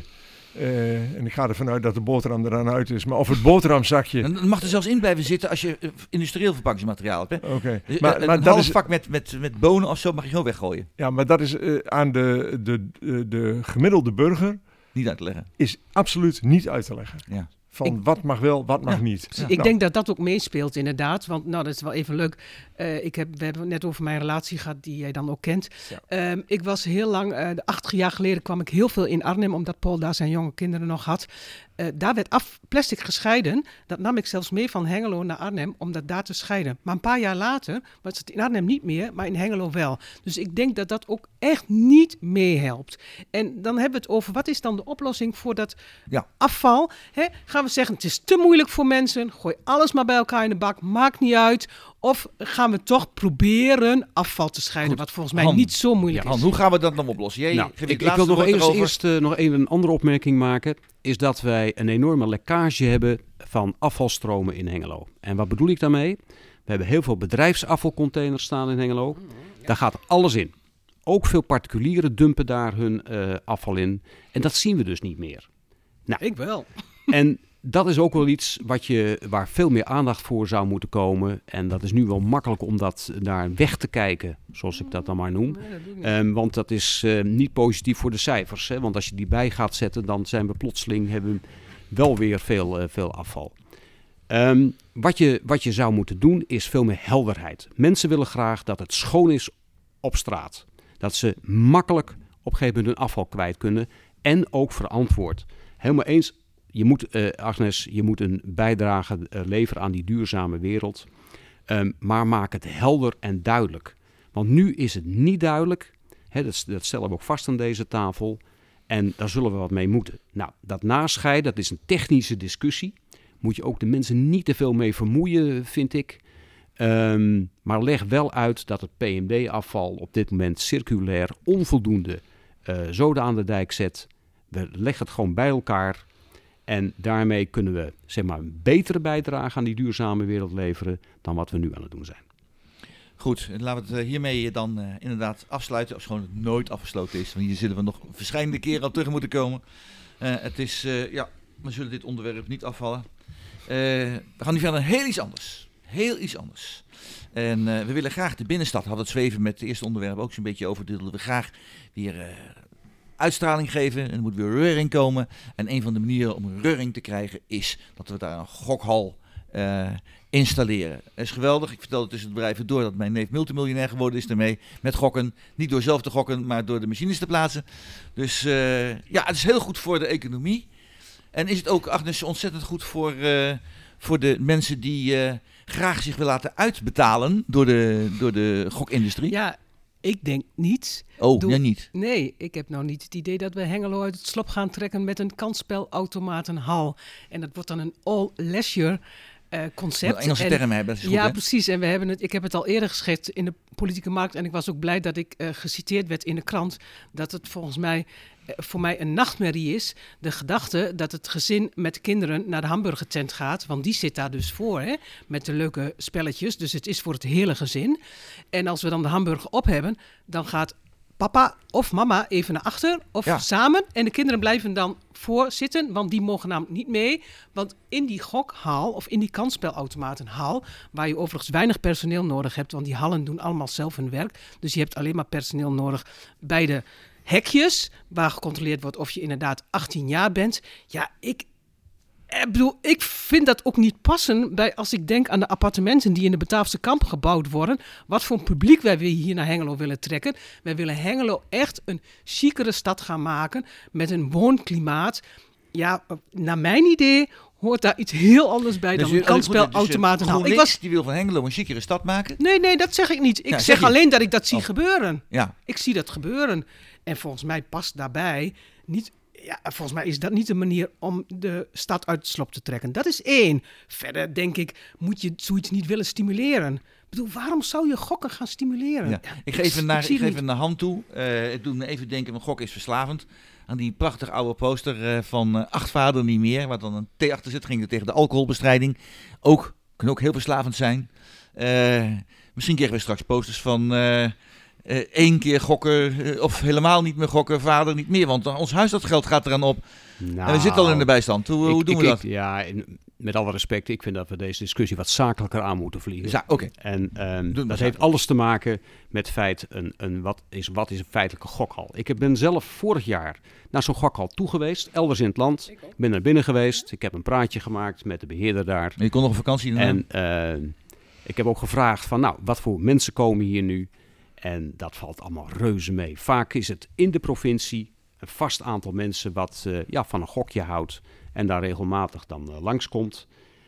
Uh, en ik ga ervan uit dat de boterham er dan uit is. Maar of het boterhamzakje... Dan mag er zelfs in blijven zitten als je industrieel verpakkingsmateriaal hebt. Oké. Okay. Dus, maar, uh, maar een dat half is... vak met, met, met bonen of zo mag je gewoon weggooien. Ja, maar dat is uh, aan de, de, de, de gemiddelde burger... Niet uit te leggen. Is absoluut niet uit te leggen. Ja. Van ik, wat mag wel, wat mag ja, niet. Ja. Ik nou. denk dat dat ook meespeelt inderdaad. Want nou, dat is wel even leuk. Uh, ik heb, we hebben het net over mijn relatie gehad die jij dan ook kent. Ja. Um, ik was heel lang, uh, acht jaar geleden kwam ik heel veel in Arnhem. Omdat Paul daar zijn jonge kinderen nog had. Uh, daar werd af plastic gescheiden. Dat nam ik zelfs mee van Hengelo naar Arnhem om dat daar te scheiden. Maar een paar jaar later was het in Arnhem niet meer, maar in Hengelo wel. Dus ik denk dat dat ook echt niet meehelpt. En dan hebben we het over, wat is dan de oplossing voor dat ja. afval? Hè? Gaan we zeggen, het is te moeilijk voor mensen. Gooi alles maar bij elkaar in de bak, maakt niet uit. Of gaan we toch proberen afval te scheiden, Goed. wat volgens mij Han, niet zo moeilijk ja, is. Han, hoe gaan we dat dan oplossen? Jij, nou, ik, ik wil nog eerst, eerst uh, nog een, een andere opmerking maken. Is dat wij een enorme lekkage hebben van afvalstromen in Hengelo. En wat bedoel ik daarmee? We hebben heel veel bedrijfsafvalcontainers staan in Hengelo. Daar gaat alles in. Ook veel particulieren dumpen daar hun uh, afval in. En dat zien we dus niet meer. Nou, ik wel. En dat is ook wel iets wat je, waar veel meer aandacht voor zou moeten komen. En dat is nu wel makkelijk om dat daar weg te kijken, zoals ik dat dan maar noem. Nee, dat um, want dat is uh, niet positief voor de cijfers. Hè? Want als je die bij gaat zetten, dan zijn we plotseling, hebben we wel weer veel, uh, veel afval. Um, wat, je, wat je zou moeten doen, is veel meer helderheid. Mensen willen graag dat het schoon is op straat. Dat ze makkelijk op een gegeven moment hun afval kwijt kunnen. En ook verantwoord. Helemaal eens. Je moet, uh, Agnes, je moet een bijdrage uh, leveren aan die duurzame wereld. Um, maar maak het helder en duidelijk. Want nu is het niet duidelijk. Hè, dat, dat stellen we ook vast aan deze tafel. En daar zullen we wat mee moeten. Nou, dat nascheiden, dat is een technische discussie. Moet je ook de mensen niet te veel mee vermoeien, vind ik. Um, maar leg wel uit dat het P M D-afval op dit moment circulair onvoldoende uh, zoden aan de dijk zet. We leggen het gewoon bij elkaar. En daarmee kunnen we zeg maar, een betere bijdrage aan die duurzame wereld leveren dan wat we nu aan het doen zijn. Goed, laten we het hiermee dan uh, inderdaad afsluiten. Als gewoon het nooit afgesloten is. Want hier zullen we nog verschillende keren op terug moeten komen. Uh, het is, uh, ja, we zullen dit onderwerp niet afvallen. Uh, we gaan nu verder naar heel iets anders. Heel iets anders. En uh, we willen graag de binnenstad, hadden het zweven met het eerste onderwerp ook zo'n beetje over. Willen we graag weer uh, uitstraling geven. En er moet weer reuring komen. En een van de manieren om reuring te krijgen is dat we daar een gokhal uh, installeren. Dat is geweldig. Ik vertelde tussen de bedrijven door dat mijn neef multimiljonair geworden is daarmee. Met gokken. Niet door zelf te gokken, maar door de machines te plaatsen. Dus uh, ja, het is heel goed voor de economie. En is het ook, Agnes, ontzettend goed voor, uh, voor de mensen die uh, graag zich willen laten uitbetalen door de, door de gokindustrie? Ja, ik denk niet. Oh, Doe, ja niet? Nee, ik heb nou niet het idee dat we Hengelo uit het slop gaan trekken met een kansspelautomatenhal. En dat wordt dan een all-leisure uh, concept. Engelse termen hebben, dat is goed, ja, hè? precies. En we hebben het, ik heb het al eerder geschetst in de politieke markt. En ik was ook blij dat ik uh, geciteerd werd in de krant. Dat het volgens mij uh, voor mij een nachtmerrie is. De gedachte dat het gezin met kinderen naar de hamburgertent gaat. Want die zit daar dus voor, hè, met de leuke spelletjes. Dus het is voor het hele gezin. En als we dan de hamburger op hebben, dan gaat papa of mama even naar achter of ja. samen. En de kinderen blijven dan voor zitten, want die mogen namelijk niet mee. Want in die gokhaal of in die kansspelautomatenhaal, waar je overigens weinig personeel nodig hebt, want die hallen doen allemaal zelf hun werk. Dus je hebt alleen maar personeel nodig bij de hekjes, waar gecontroleerd wordt of je inderdaad achttien jaar bent. Ja, ik... Ik bedoel, ik vind dat ook niet passen bij als ik denk aan de appartementen die in de Bataafse kamp gebouwd worden. Wat voor een publiek wij hier naar Hengelo willen trekken. Wij willen Hengelo echt een chicere stad gaan maken met een woonklimaat. Ja, naar mijn idee hoort daar iets heel anders bij dus dan een kansspelautomaten. Dus, uh, ik was die wil van Hengelo een chicere stad maken? Nee, nee, dat zeg ik niet. Ik ja, zeg, zeg alleen dat ik dat zie oh. gebeuren. Ja. Ik zie dat gebeuren. En volgens mij past daarbij niet... Ja, volgens mij is dat niet de manier om de stad uit de slop te trekken. Dat is één. Verder denk ik, moet je zoiets niet willen stimuleren. Ik bedoel, waarom zou je gokken gaan stimuleren? Ja. Ja, ik geef een naar, ik geef een hand toe. Uh, ik doe me even denken, mijn gok is verslavend. Aan die prachtige oude poster uh, van uh, Acht Vader niet meer. Waar dan een T achter zit, ging het tegen de alcoholbestrijding. Ook, kan ook heel verslavend zijn. Uh, misschien krijgen we straks posters van... Uh, Uh, één keer gokken uh, of helemaal niet meer gokken, vader niet meer. Want ons huishoudgeld gaat eraan op. Nou, en we zitten al in de bijstand. Hoe, ik, hoe doen ik, we dat? Ik, ja, in, met alle respect, ik vind dat we deze discussie wat zakelijker aan moeten vliegen. Ja, oké. Okay. En um, dat heeft alles te maken met het feit, een, een, wat, is, wat is een feitelijke gokhal? Ik ben zelf vorig jaar naar zo'n gokhal toe geweest, elders in het land. Ik ben naar binnen geweest. Ik heb een praatje gemaakt met de beheerder daar. Je kon nog op vakantie? En uh, ik heb ook gevraagd van, nou, wat voor mensen komen hier nu? En dat valt allemaal reuze mee. Vaak is het in de provincie een vast aantal mensen wat uh, ja, van een gokje houdt en daar regelmatig dan uh, langskomt.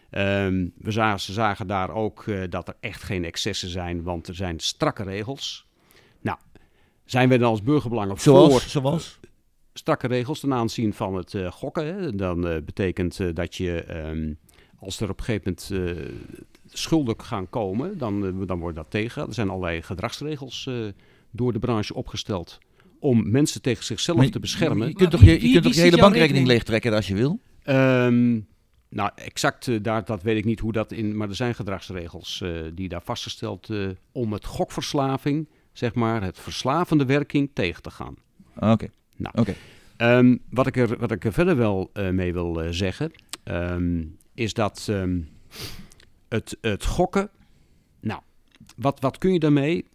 Um, we zagen, ze zagen daar ook uh, dat er echt geen excessen zijn, want er zijn strakke regels. Nou, zijn wij dan als burgerbelangen zoals, voor zoals? Uh, strakke regels ten aanzien van het uh, gokken? Hè? Dan uh, betekent uh, dat je, um, als er op een gegeven moment... Uh, schulden gaan komen, dan, dan wordt dat tegen. Er zijn allerlei gedragsregels uh, door de branche opgesteld om mensen tegen zichzelf maar, te beschermen. Je kunt toch je, je, kunt toch je hele bankrekening leegtrekken als je wil? Um, nou, exact, uh, daar, dat weet ik niet hoe dat in... Maar er zijn gedragsregels uh, die daar vastgesteld uh, om het gokverslaving, zeg maar, het verslavende werking tegen te gaan. Oké. Okay. Nou, okay. um, wat, ik er, wat ik er verder wel uh, mee wil uh, zeggen, um, is dat... Um, Het, het gokken, nou, wat, wat kun je daarmee?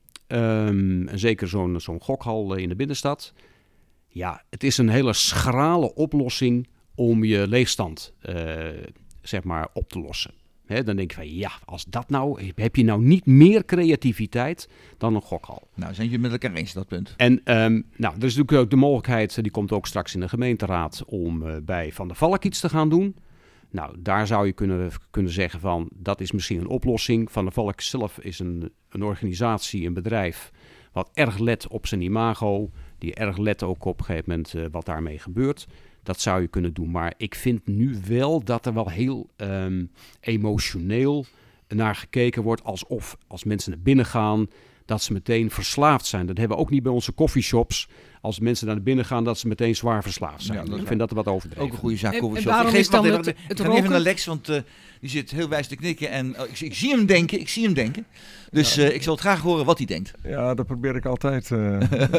Um, en zeker zo'n, zo'n gokhal in de binnenstad. Ja, het is een hele schrale oplossing om je leegstand uh, zeg maar op te lossen. Hè, dan denk je van ja, als dat nou, heb je nou niet meer creativiteit dan een gokhal. Nou, zijn jullie met elkaar eens dat punt? En um, nou, er is natuurlijk ook de mogelijkheid, die komt ook straks in de gemeenteraad, om uh, bij Van der Valk iets te gaan doen. Nou, daar zou je kunnen, kunnen zeggen van, dat is misschien een oplossing. Van der Valk zelf is een, een organisatie, een bedrijf, wat erg let op zijn imago. Die erg let ook op een gegeven moment uh, wat daarmee gebeurt. Dat zou je kunnen doen. Maar ik vind nu wel dat er wel heel um, emotioneel naar gekeken wordt. Alsof als mensen naar binnen gaan, dat ze meteen verslaafd zijn. Dat hebben we ook niet bij onze coffeeshops. Als mensen naar binnen gaan, dat ze meteen zwaar verslaafd zijn. Ja, ik vind dat er wat overdreven. Ook een goede zaak. En, en waarom ik geef, is dan het, het, het even naar Lex, want uh, die zit heel wijs te knikken. En uh, ik, ik zie hem denken, ik zie hem denken. Dus uh, ik zal het graag horen wat hij denkt. Ja, dat probeer ik altijd. Uh,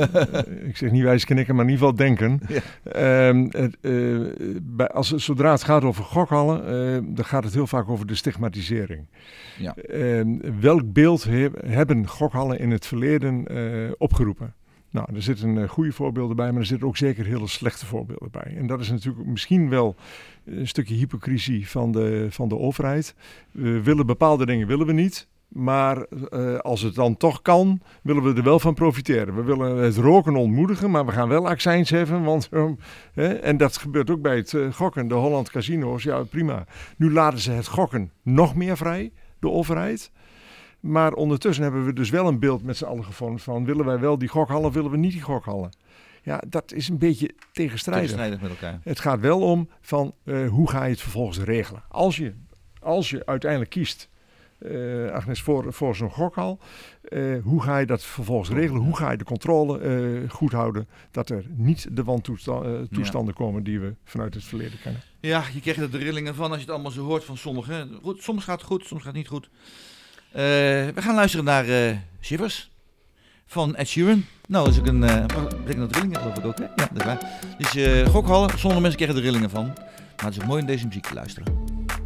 ik zeg niet wijs knikken, maar in ieder geval denken. Ja. Um, het, uh, bij, als, zodra het gaat over gokhallen, uh, dan gaat het heel vaak over de stigmatisering. Ja. Uh, welk beeld he, hebben gokhallen in het verleden uh, opgeroepen? Nou, er zitten uh, goede voorbeelden bij, maar er zitten ook zeker hele slechte voorbeelden bij. En dat is natuurlijk misschien wel een stukje hypocrisie van de, van de overheid. We willen bepaalde dingen, willen we niet. Maar uh, als het dan toch kan, willen we er wel van profiteren. We willen het roken ontmoedigen, maar we gaan wel accijns heffen. Want, uh, hè, en dat gebeurt ook bij het uh, gokken. De Holland Casino's, ja prima. Nu laten ze het gokken nog meer vrij, de overheid. Maar ondertussen hebben we dus wel een beeld met z'n allen gevormd van... willen wij wel die gokhallen, willen we niet die gokhallen? Ja, dat is een beetje tegenstrijdig. Tegenstrijdig met elkaar. Het gaat wel om van uh, hoe ga je het vervolgens regelen. Als je, als je uiteindelijk kiest... Uh, Agnes, voor, voor zo'n gokhal. Uh, hoe ga je dat vervolgens regelen? Hoe ga je de controle uh, goed houden? Dat er niet de wantoestanden uh, ja. komen die we vanuit het verleden kennen. Ja, je krijgt er de rillingen van als je het allemaal zo hoort van sommigen. Goed, soms gaat het goed, soms gaat het niet goed. Uh, we gaan luisteren naar uh, Shivers van Ed Sheeran. Nou, dat is ook een... Uh, betekent dat rillingen geloof ik ook, hè? Ja, dat is waar. Dus uh, gokhallen, sommige mensen krijgen er rillingen van. Maar het is ook mooi om deze muziek te luisteren.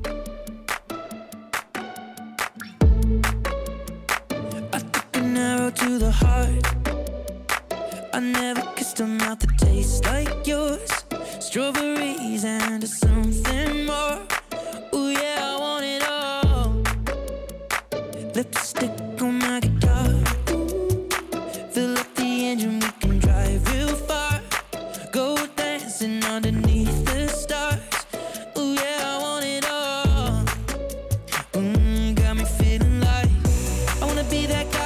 To the heart, I never kissed a mouth that tastes like yours. Strawberries and something more. Ooh yeah, I want it all. Lipstick on my guitar. Fill up the engine, we can drive real far. Go dancing underneath the stars. Ooh yeah, I want it all. Mm, got me feeling like I wanna be that guy.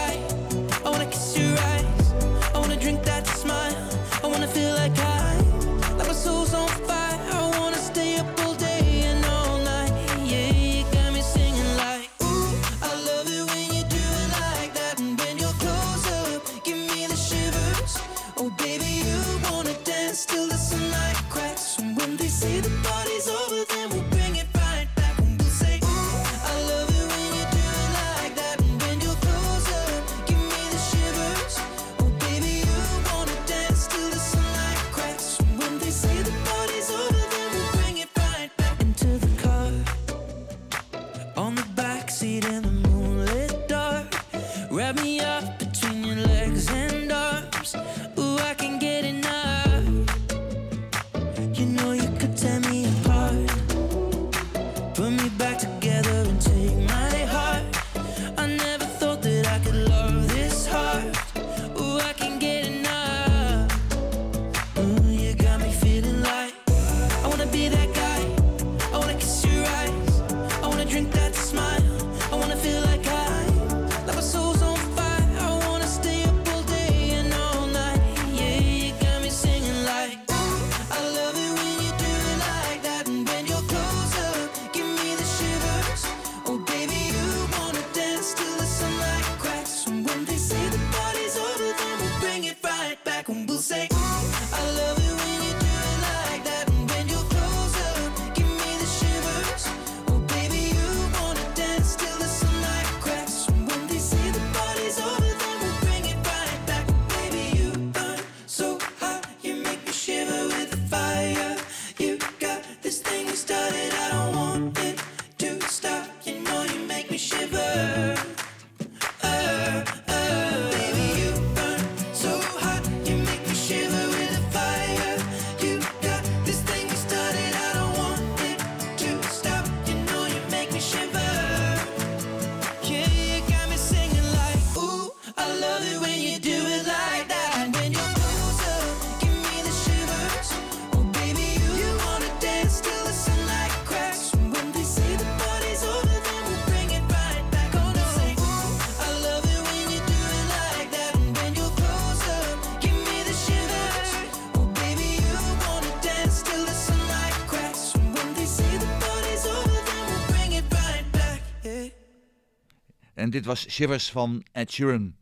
En dit was Shivers van Ed Sheeran.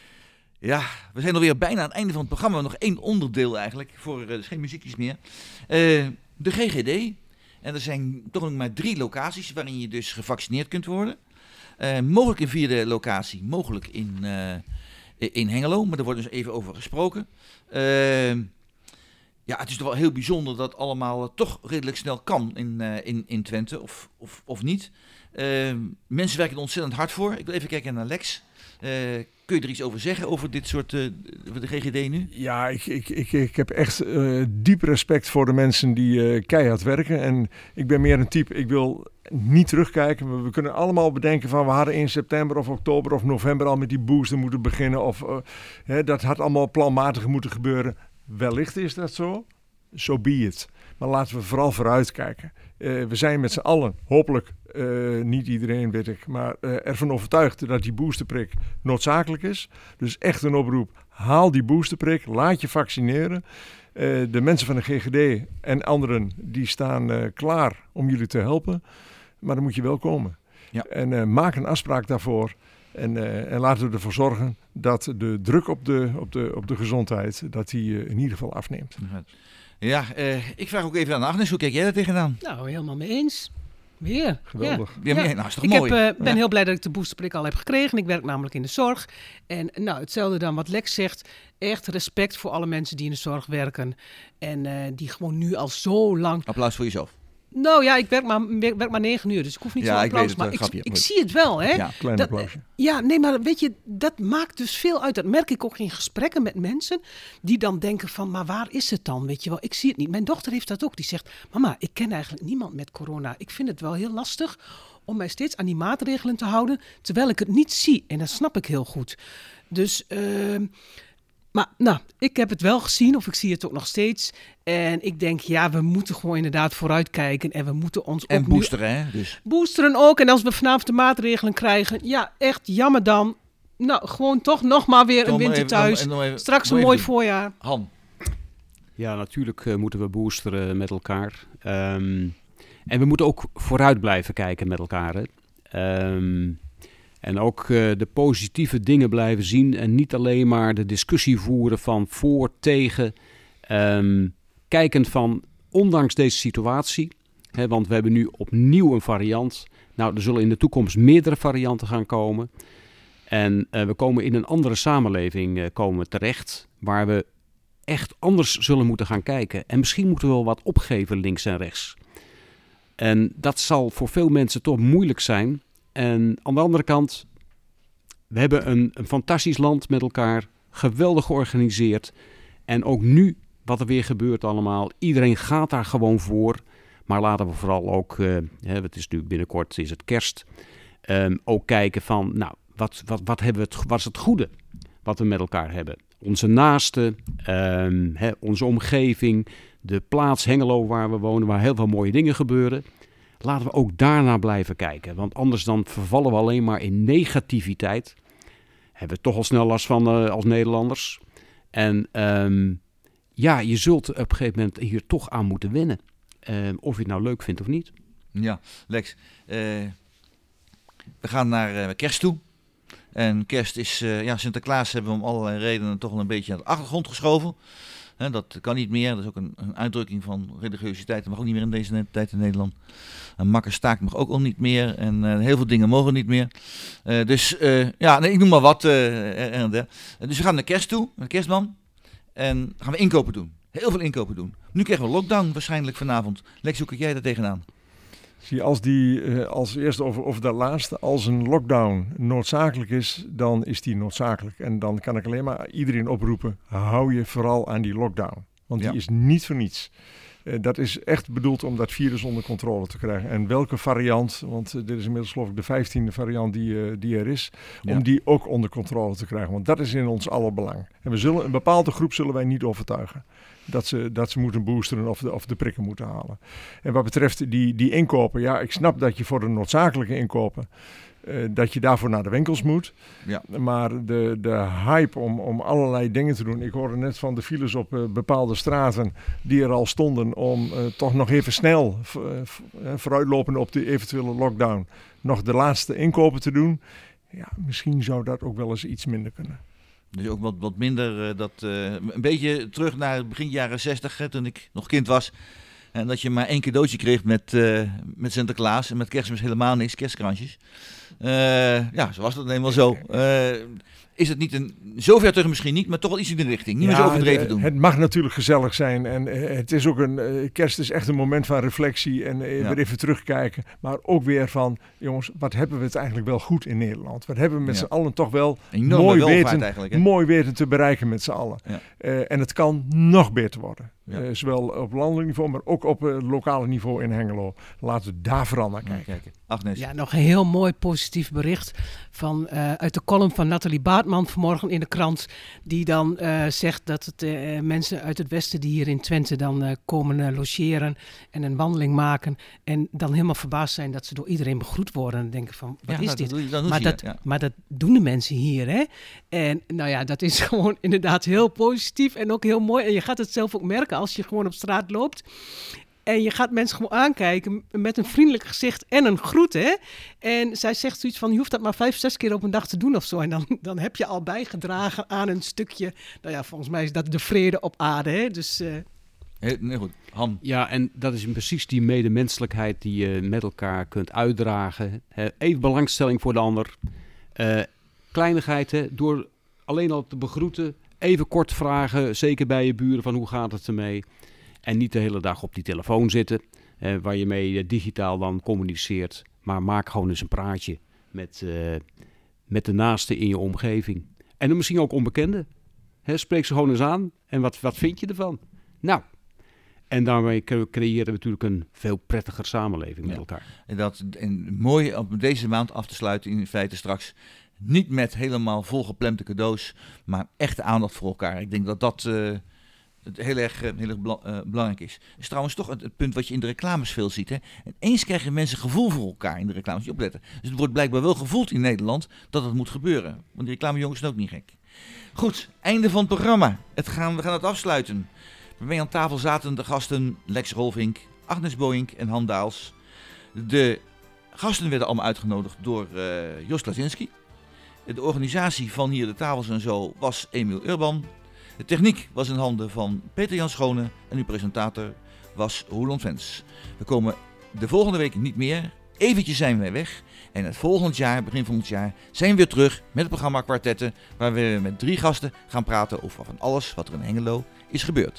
Ja, we zijn alweer bijna aan het einde van het programma. Nog één onderdeel eigenlijk. Voor, uh, dus geen muziekjes meer. Uh, de G G D. En er zijn toch nog maar drie locaties waarin je dus gevaccineerd kunt worden. Uh, mogelijk een vierde locatie. Mogelijk in, uh, in Hengelo. Maar daar wordt dus even over gesproken. Uh, ja, het is toch wel heel bijzonder dat allemaal uh, toch redelijk snel kan in, uh, in, in Twente, of, of, of niet. Uh, mensen werken er ontzettend hard voor. Ik wil even kijken naar Lex. Uh, kun je er iets over zeggen, over dit soort, uh, de G G D nu? Ja, ik, ik, ik, ik heb echt uh, diep respect voor de mensen die uh, keihard werken. En ik ben meer een type, ik wil niet terugkijken. We, we kunnen allemaal bedenken van we hadden in september of oktober of november al met die booster moeten beginnen. Of uh, hè, dat had allemaal planmatig moeten gebeuren. Wellicht is dat zo. So be it. Maar laten we vooral vooruitkijken. Uh, we zijn met z'n allen, hopelijk, uh, niet iedereen weet ik, maar uh, ervan overtuigd dat die boosterprik noodzakelijk is. Dus echt een oproep, haal die boosterprik, laat je vaccineren. Uh, de mensen van de G G D en anderen, die staan uh, klaar om jullie te helpen. Maar dan moet je wel komen. Ja. En uh, maak een afspraak daarvoor. En, uh, en laten we ervoor zorgen dat de druk op de, op de, op de gezondheid, dat die uh, in ieder geval afneemt. Ja, uh, ik vraag ook even aan Agnes, hoe kijk jij daar tegenaan? Nou, helemaal mee eens. Weer. Geweldig. Ja. Ja, nou, is toch ik mooi? heb, uh, ben ja. heel blij dat ik de boosterprik al heb gekregen. Ik werk namelijk in de zorg. En nou, hetzelfde dan wat Lex zegt. Echt respect voor alle mensen die in de zorg werken. En uh, die gewoon nu al zo lang... Applaus voor jezelf. Nou ja, ik werk maar, werk maar negen uur, dus ik hoef niet ja, zo'n applaus. Ik maar het, ik, grapje, ik zie het wel, hè. Ja, klein dat, applausje. Ja, nee, maar weet je, dat maakt dus veel uit. Dat merk ik ook in gesprekken met mensen die dan denken van, maar waar is het dan, weet je wel. Ik zie het niet. Mijn dochter heeft dat ook. Die zegt, mama, ik ken eigenlijk niemand met corona. Ik vind het wel heel lastig om mij steeds aan die maatregelen te houden, terwijl ik het niet zie. En dat snap ik heel goed. Dus... Uh, Maar nou, ik heb het wel gezien, of ik zie het ook nog steeds. En ik denk, ja, we moeten gewoon inderdaad vooruitkijken. En we moeten ons en ook boosteren, nu... hè? Dus. Boosteren ook. En als we vanavond de maatregelen krijgen, ja, echt jammer dan. Nou, gewoon toch nog maar weer een winter thuis. Straks een mooi voorjaar. Han. Ja, natuurlijk uh, moeten we boosteren met elkaar. Um, en we moeten ook vooruit blijven kijken met elkaar. Hè. Um, En ook uh, de positieve dingen blijven zien en niet alleen maar de discussie voeren van voor, tegen. Um, kijkend van, ondanks deze situatie, hè, want we hebben nu opnieuw een variant. Nou, er zullen in de toekomst meerdere varianten gaan komen. En uh, we komen in een andere samenleving uh, komen terecht, waar we echt anders zullen moeten gaan kijken. En misschien moeten we wel wat opgeven links en rechts. En dat zal voor veel mensen toch moeilijk zijn. En aan de andere kant, we hebben een, een fantastisch land met elkaar, geweldig georganiseerd. En ook nu, wat er weer gebeurt allemaal, iedereen gaat daar gewoon voor. Maar laten we vooral ook, uh, hè, het is nu binnenkort, is het kerst, um, ook kijken van, nou, wat, wat, wat, hebben we het, wat is het goede wat we met elkaar hebben? Onze naasten, um, hè, onze omgeving, de plaats Hengelo waar we wonen, waar heel veel mooie dingen gebeuren. Laten we ook daarna blijven kijken. Want anders dan vervallen we alleen maar in negativiteit. Hebben we toch al snel last van uh, als Nederlanders. En um, ja, je zult op een gegeven moment hier toch aan moeten wennen. Uh, of je het nou leuk vindt of niet. Ja, Lex. Uh, we gaan naar uh, kerst toe. En kerst is, uh, ja, Sinterklaas hebben we om allerlei redenen toch wel een beetje aan de achtergrond geschoven. He, dat kan niet meer. Dat is ook een, een uitdrukking van religiositeit. Dat mag ook niet meer in deze tijd in Nederland. Een makkerstaak mag ook al niet meer. En uh, heel veel dingen mogen niet meer. Uh, dus uh, ja, nee, ik noem maar wat. Uh, en der. Uh, dus we gaan naar kerst toe, naar de kerstman. En gaan we inkopen doen. Heel veel inkopen doen. Nu krijgen we lockdown waarschijnlijk vanavond. Lex, hoe kijk jij daar tegenaan? Zie, als die, uh, als eerst over, over dat laatste, als een lockdown noodzakelijk is, dan is die noodzakelijk. En dan kan ik alleen maar iedereen oproepen, hou je vooral aan die lockdown. Want ja. die is niet voor niets. Uh, dat is echt bedoeld om dat virus onder controle te krijgen. En welke variant, want uh, dit is inmiddels geloof ik de vijftiende variant die, uh, die er is, ja. om die ook onder controle te krijgen. Want dat is in ons aller belang. En we zullen, een bepaalde groep zullen wij niet overtuigen. Dat ze, dat ze moeten boosteren of de, of de prikken moeten halen. En wat betreft die, die inkopen, ja, ik snap dat je voor de noodzakelijke inkopen, uh, dat je daarvoor naar de winkels moet. Ja. Maar de, de hype om, om allerlei dingen te doen. Ik hoorde net van de files op uh, bepaalde straten die er al stonden om uh, toch nog even snel, uh, vooruitlopend op de eventuele lockdown, nog de laatste inkopen te doen. Ja, misschien zou dat ook wel eens iets minder kunnen. Dus ook wat, wat minder, uh, dat, uh, een beetje terug naar begin jaren zestig, hè, toen ik nog kind was. En dat je maar één cadeautje kreeg met, uh, met Sinterklaas en met Kerstmis helemaal niks, kerstkrantjes. Uh, ja, zo was dat eenmaal zo. Uh, is het niet een, zover terug misschien niet, maar toch wel iets in de richting. Niet ja, meer zo overdreven het, doen. Het mag natuurlijk gezellig zijn. En uh, het is ook een, uh, kerst is echt een moment van reflectie. En uh, ja. weer even terugkijken. Maar ook weer van, jongens, wat hebben we het eigenlijk wel goed in Nederland? Wat hebben we met ja. z'n allen toch wel mooi weten, mooi weten te bereiken met z'n allen. Ja. Uh, en het kan nog beter worden. Ja. Uh, zowel op landelijk niveau, maar ook op uh, lokale niveau in Hengelo. Laten we daar vooral naar kijken. kijken. Agnes. Ja, nog een heel mooi positief bericht van, uh, uit de column van Nathalie Baartman vanmorgen in de krant. Die dan uh, zegt dat het uh, mensen uit het westen die hier in Twente dan uh, komen uh, logeren en een wandeling maken. En dan helemaal verbaasd zijn dat ze door iedereen begroet worden. En denken van, wat ja, is dat, dit? Dat, dat maar, je, dat, ja. maar dat doen de mensen hier, hè? En nou ja, dat is gewoon inderdaad heel positief en ook heel mooi. En je gaat het zelf ook merken als je gewoon op straat loopt. En je gaat mensen gewoon aankijken met een vriendelijk gezicht en een groet, hè. En zij zegt zoiets van, je hoeft dat maar vijf, zes keer op een dag te doen of zo. En dan, dan heb je al bijgedragen aan een stukje, nou ja, volgens mij is dat de vrede op aarde, hè. Dus... Uh... Heel, nee, goed. Han. Ja, en dat is precies die medemenselijkheid die je met elkaar kunt uitdragen. Even belangstelling voor de ander. Uh, kleinigheid, hè, door alleen al te begroeten. Even kort vragen, zeker bij je buren, van hoe gaat het ermee? En niet de hele dag op die telefoon zitten, eh, waar je mee eh, digitaal dan communiceert. Maar maak gewoon eens een praatje met, uh, met de naasten in je omgeving. En dan misschien ook onbekenden. Hè, spreek ze gewoon eens aan. En wat, wat vind je ervan? Nou, en daarmee creëren we natuurlijk een veel prettiger samenleving met ja. elkaar. En dat en mooi om deze maand af te sluiten in feite straks. Niet met helemaal volgeplemde cadeaus, maar echte aandacht voor elkaar. Ik denk dat dat uh, heel erg, heel erg bela- uh, belangrijk is. Dat is trouwens toch het, het punt wat je in de reclames veel ziet. Hè? En eens krijgen mensen gevoel voor elkaar in de reclames. Je opletten. Dus het wordt blijkbaar wel gevoeld in Nederland dat het moet gebeuren. Want die reclamejongens zijn ook niet gek. Goed, einde van het programma. Het gaan, we gaan het afsluiten. Bij mij aan tafel zaten de gasten Lex Rolvink, Agnes Boink en Han Daals. De gasten werden allemaal uitgenodigd door uh, Jos Lazinski. De organisatie van hier de tafels en zo was Emiel Urban. De techniek was in handen van Peter Jan Schone en uw presentator was Roland Vens. We komen de volgende week niet meer. Eventjes zijn wij weg. En het volgend jaar, begin volgend jaar, zijn we weer terug met het programma Kwartetten. Waar we met drie gasten gaan praten over van alles wat er in Hengelo is gebeurd.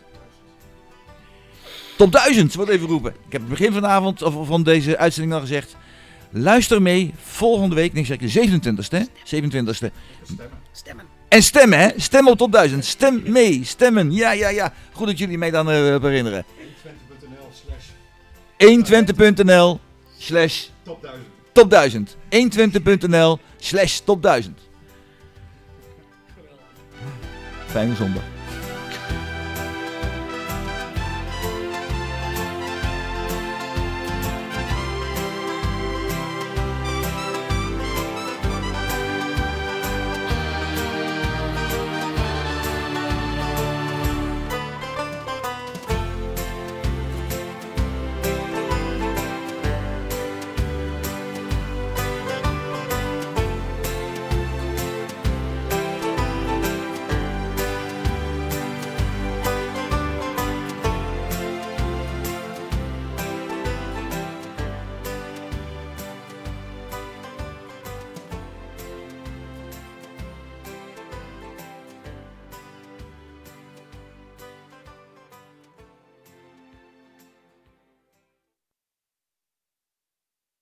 Top duizend, wat even roepen. Ik heb het begin van de avond, of van deze uitzending al gezegd. Luister mee volgende week, nee zeg ik de zevenentwintigste, hè? zevenentwintigste. Stemmen. Stemmen. En stemmen, hè? Stem op top duizend. Stem mee, stemmen. Ja, ja, ja. Goed dat jullie mij dan uh, herinneren. honderdtwintig punt n l slash top duizend. Top duizend. honderdtwintig punt n l slash top duizend. Fijne zondag.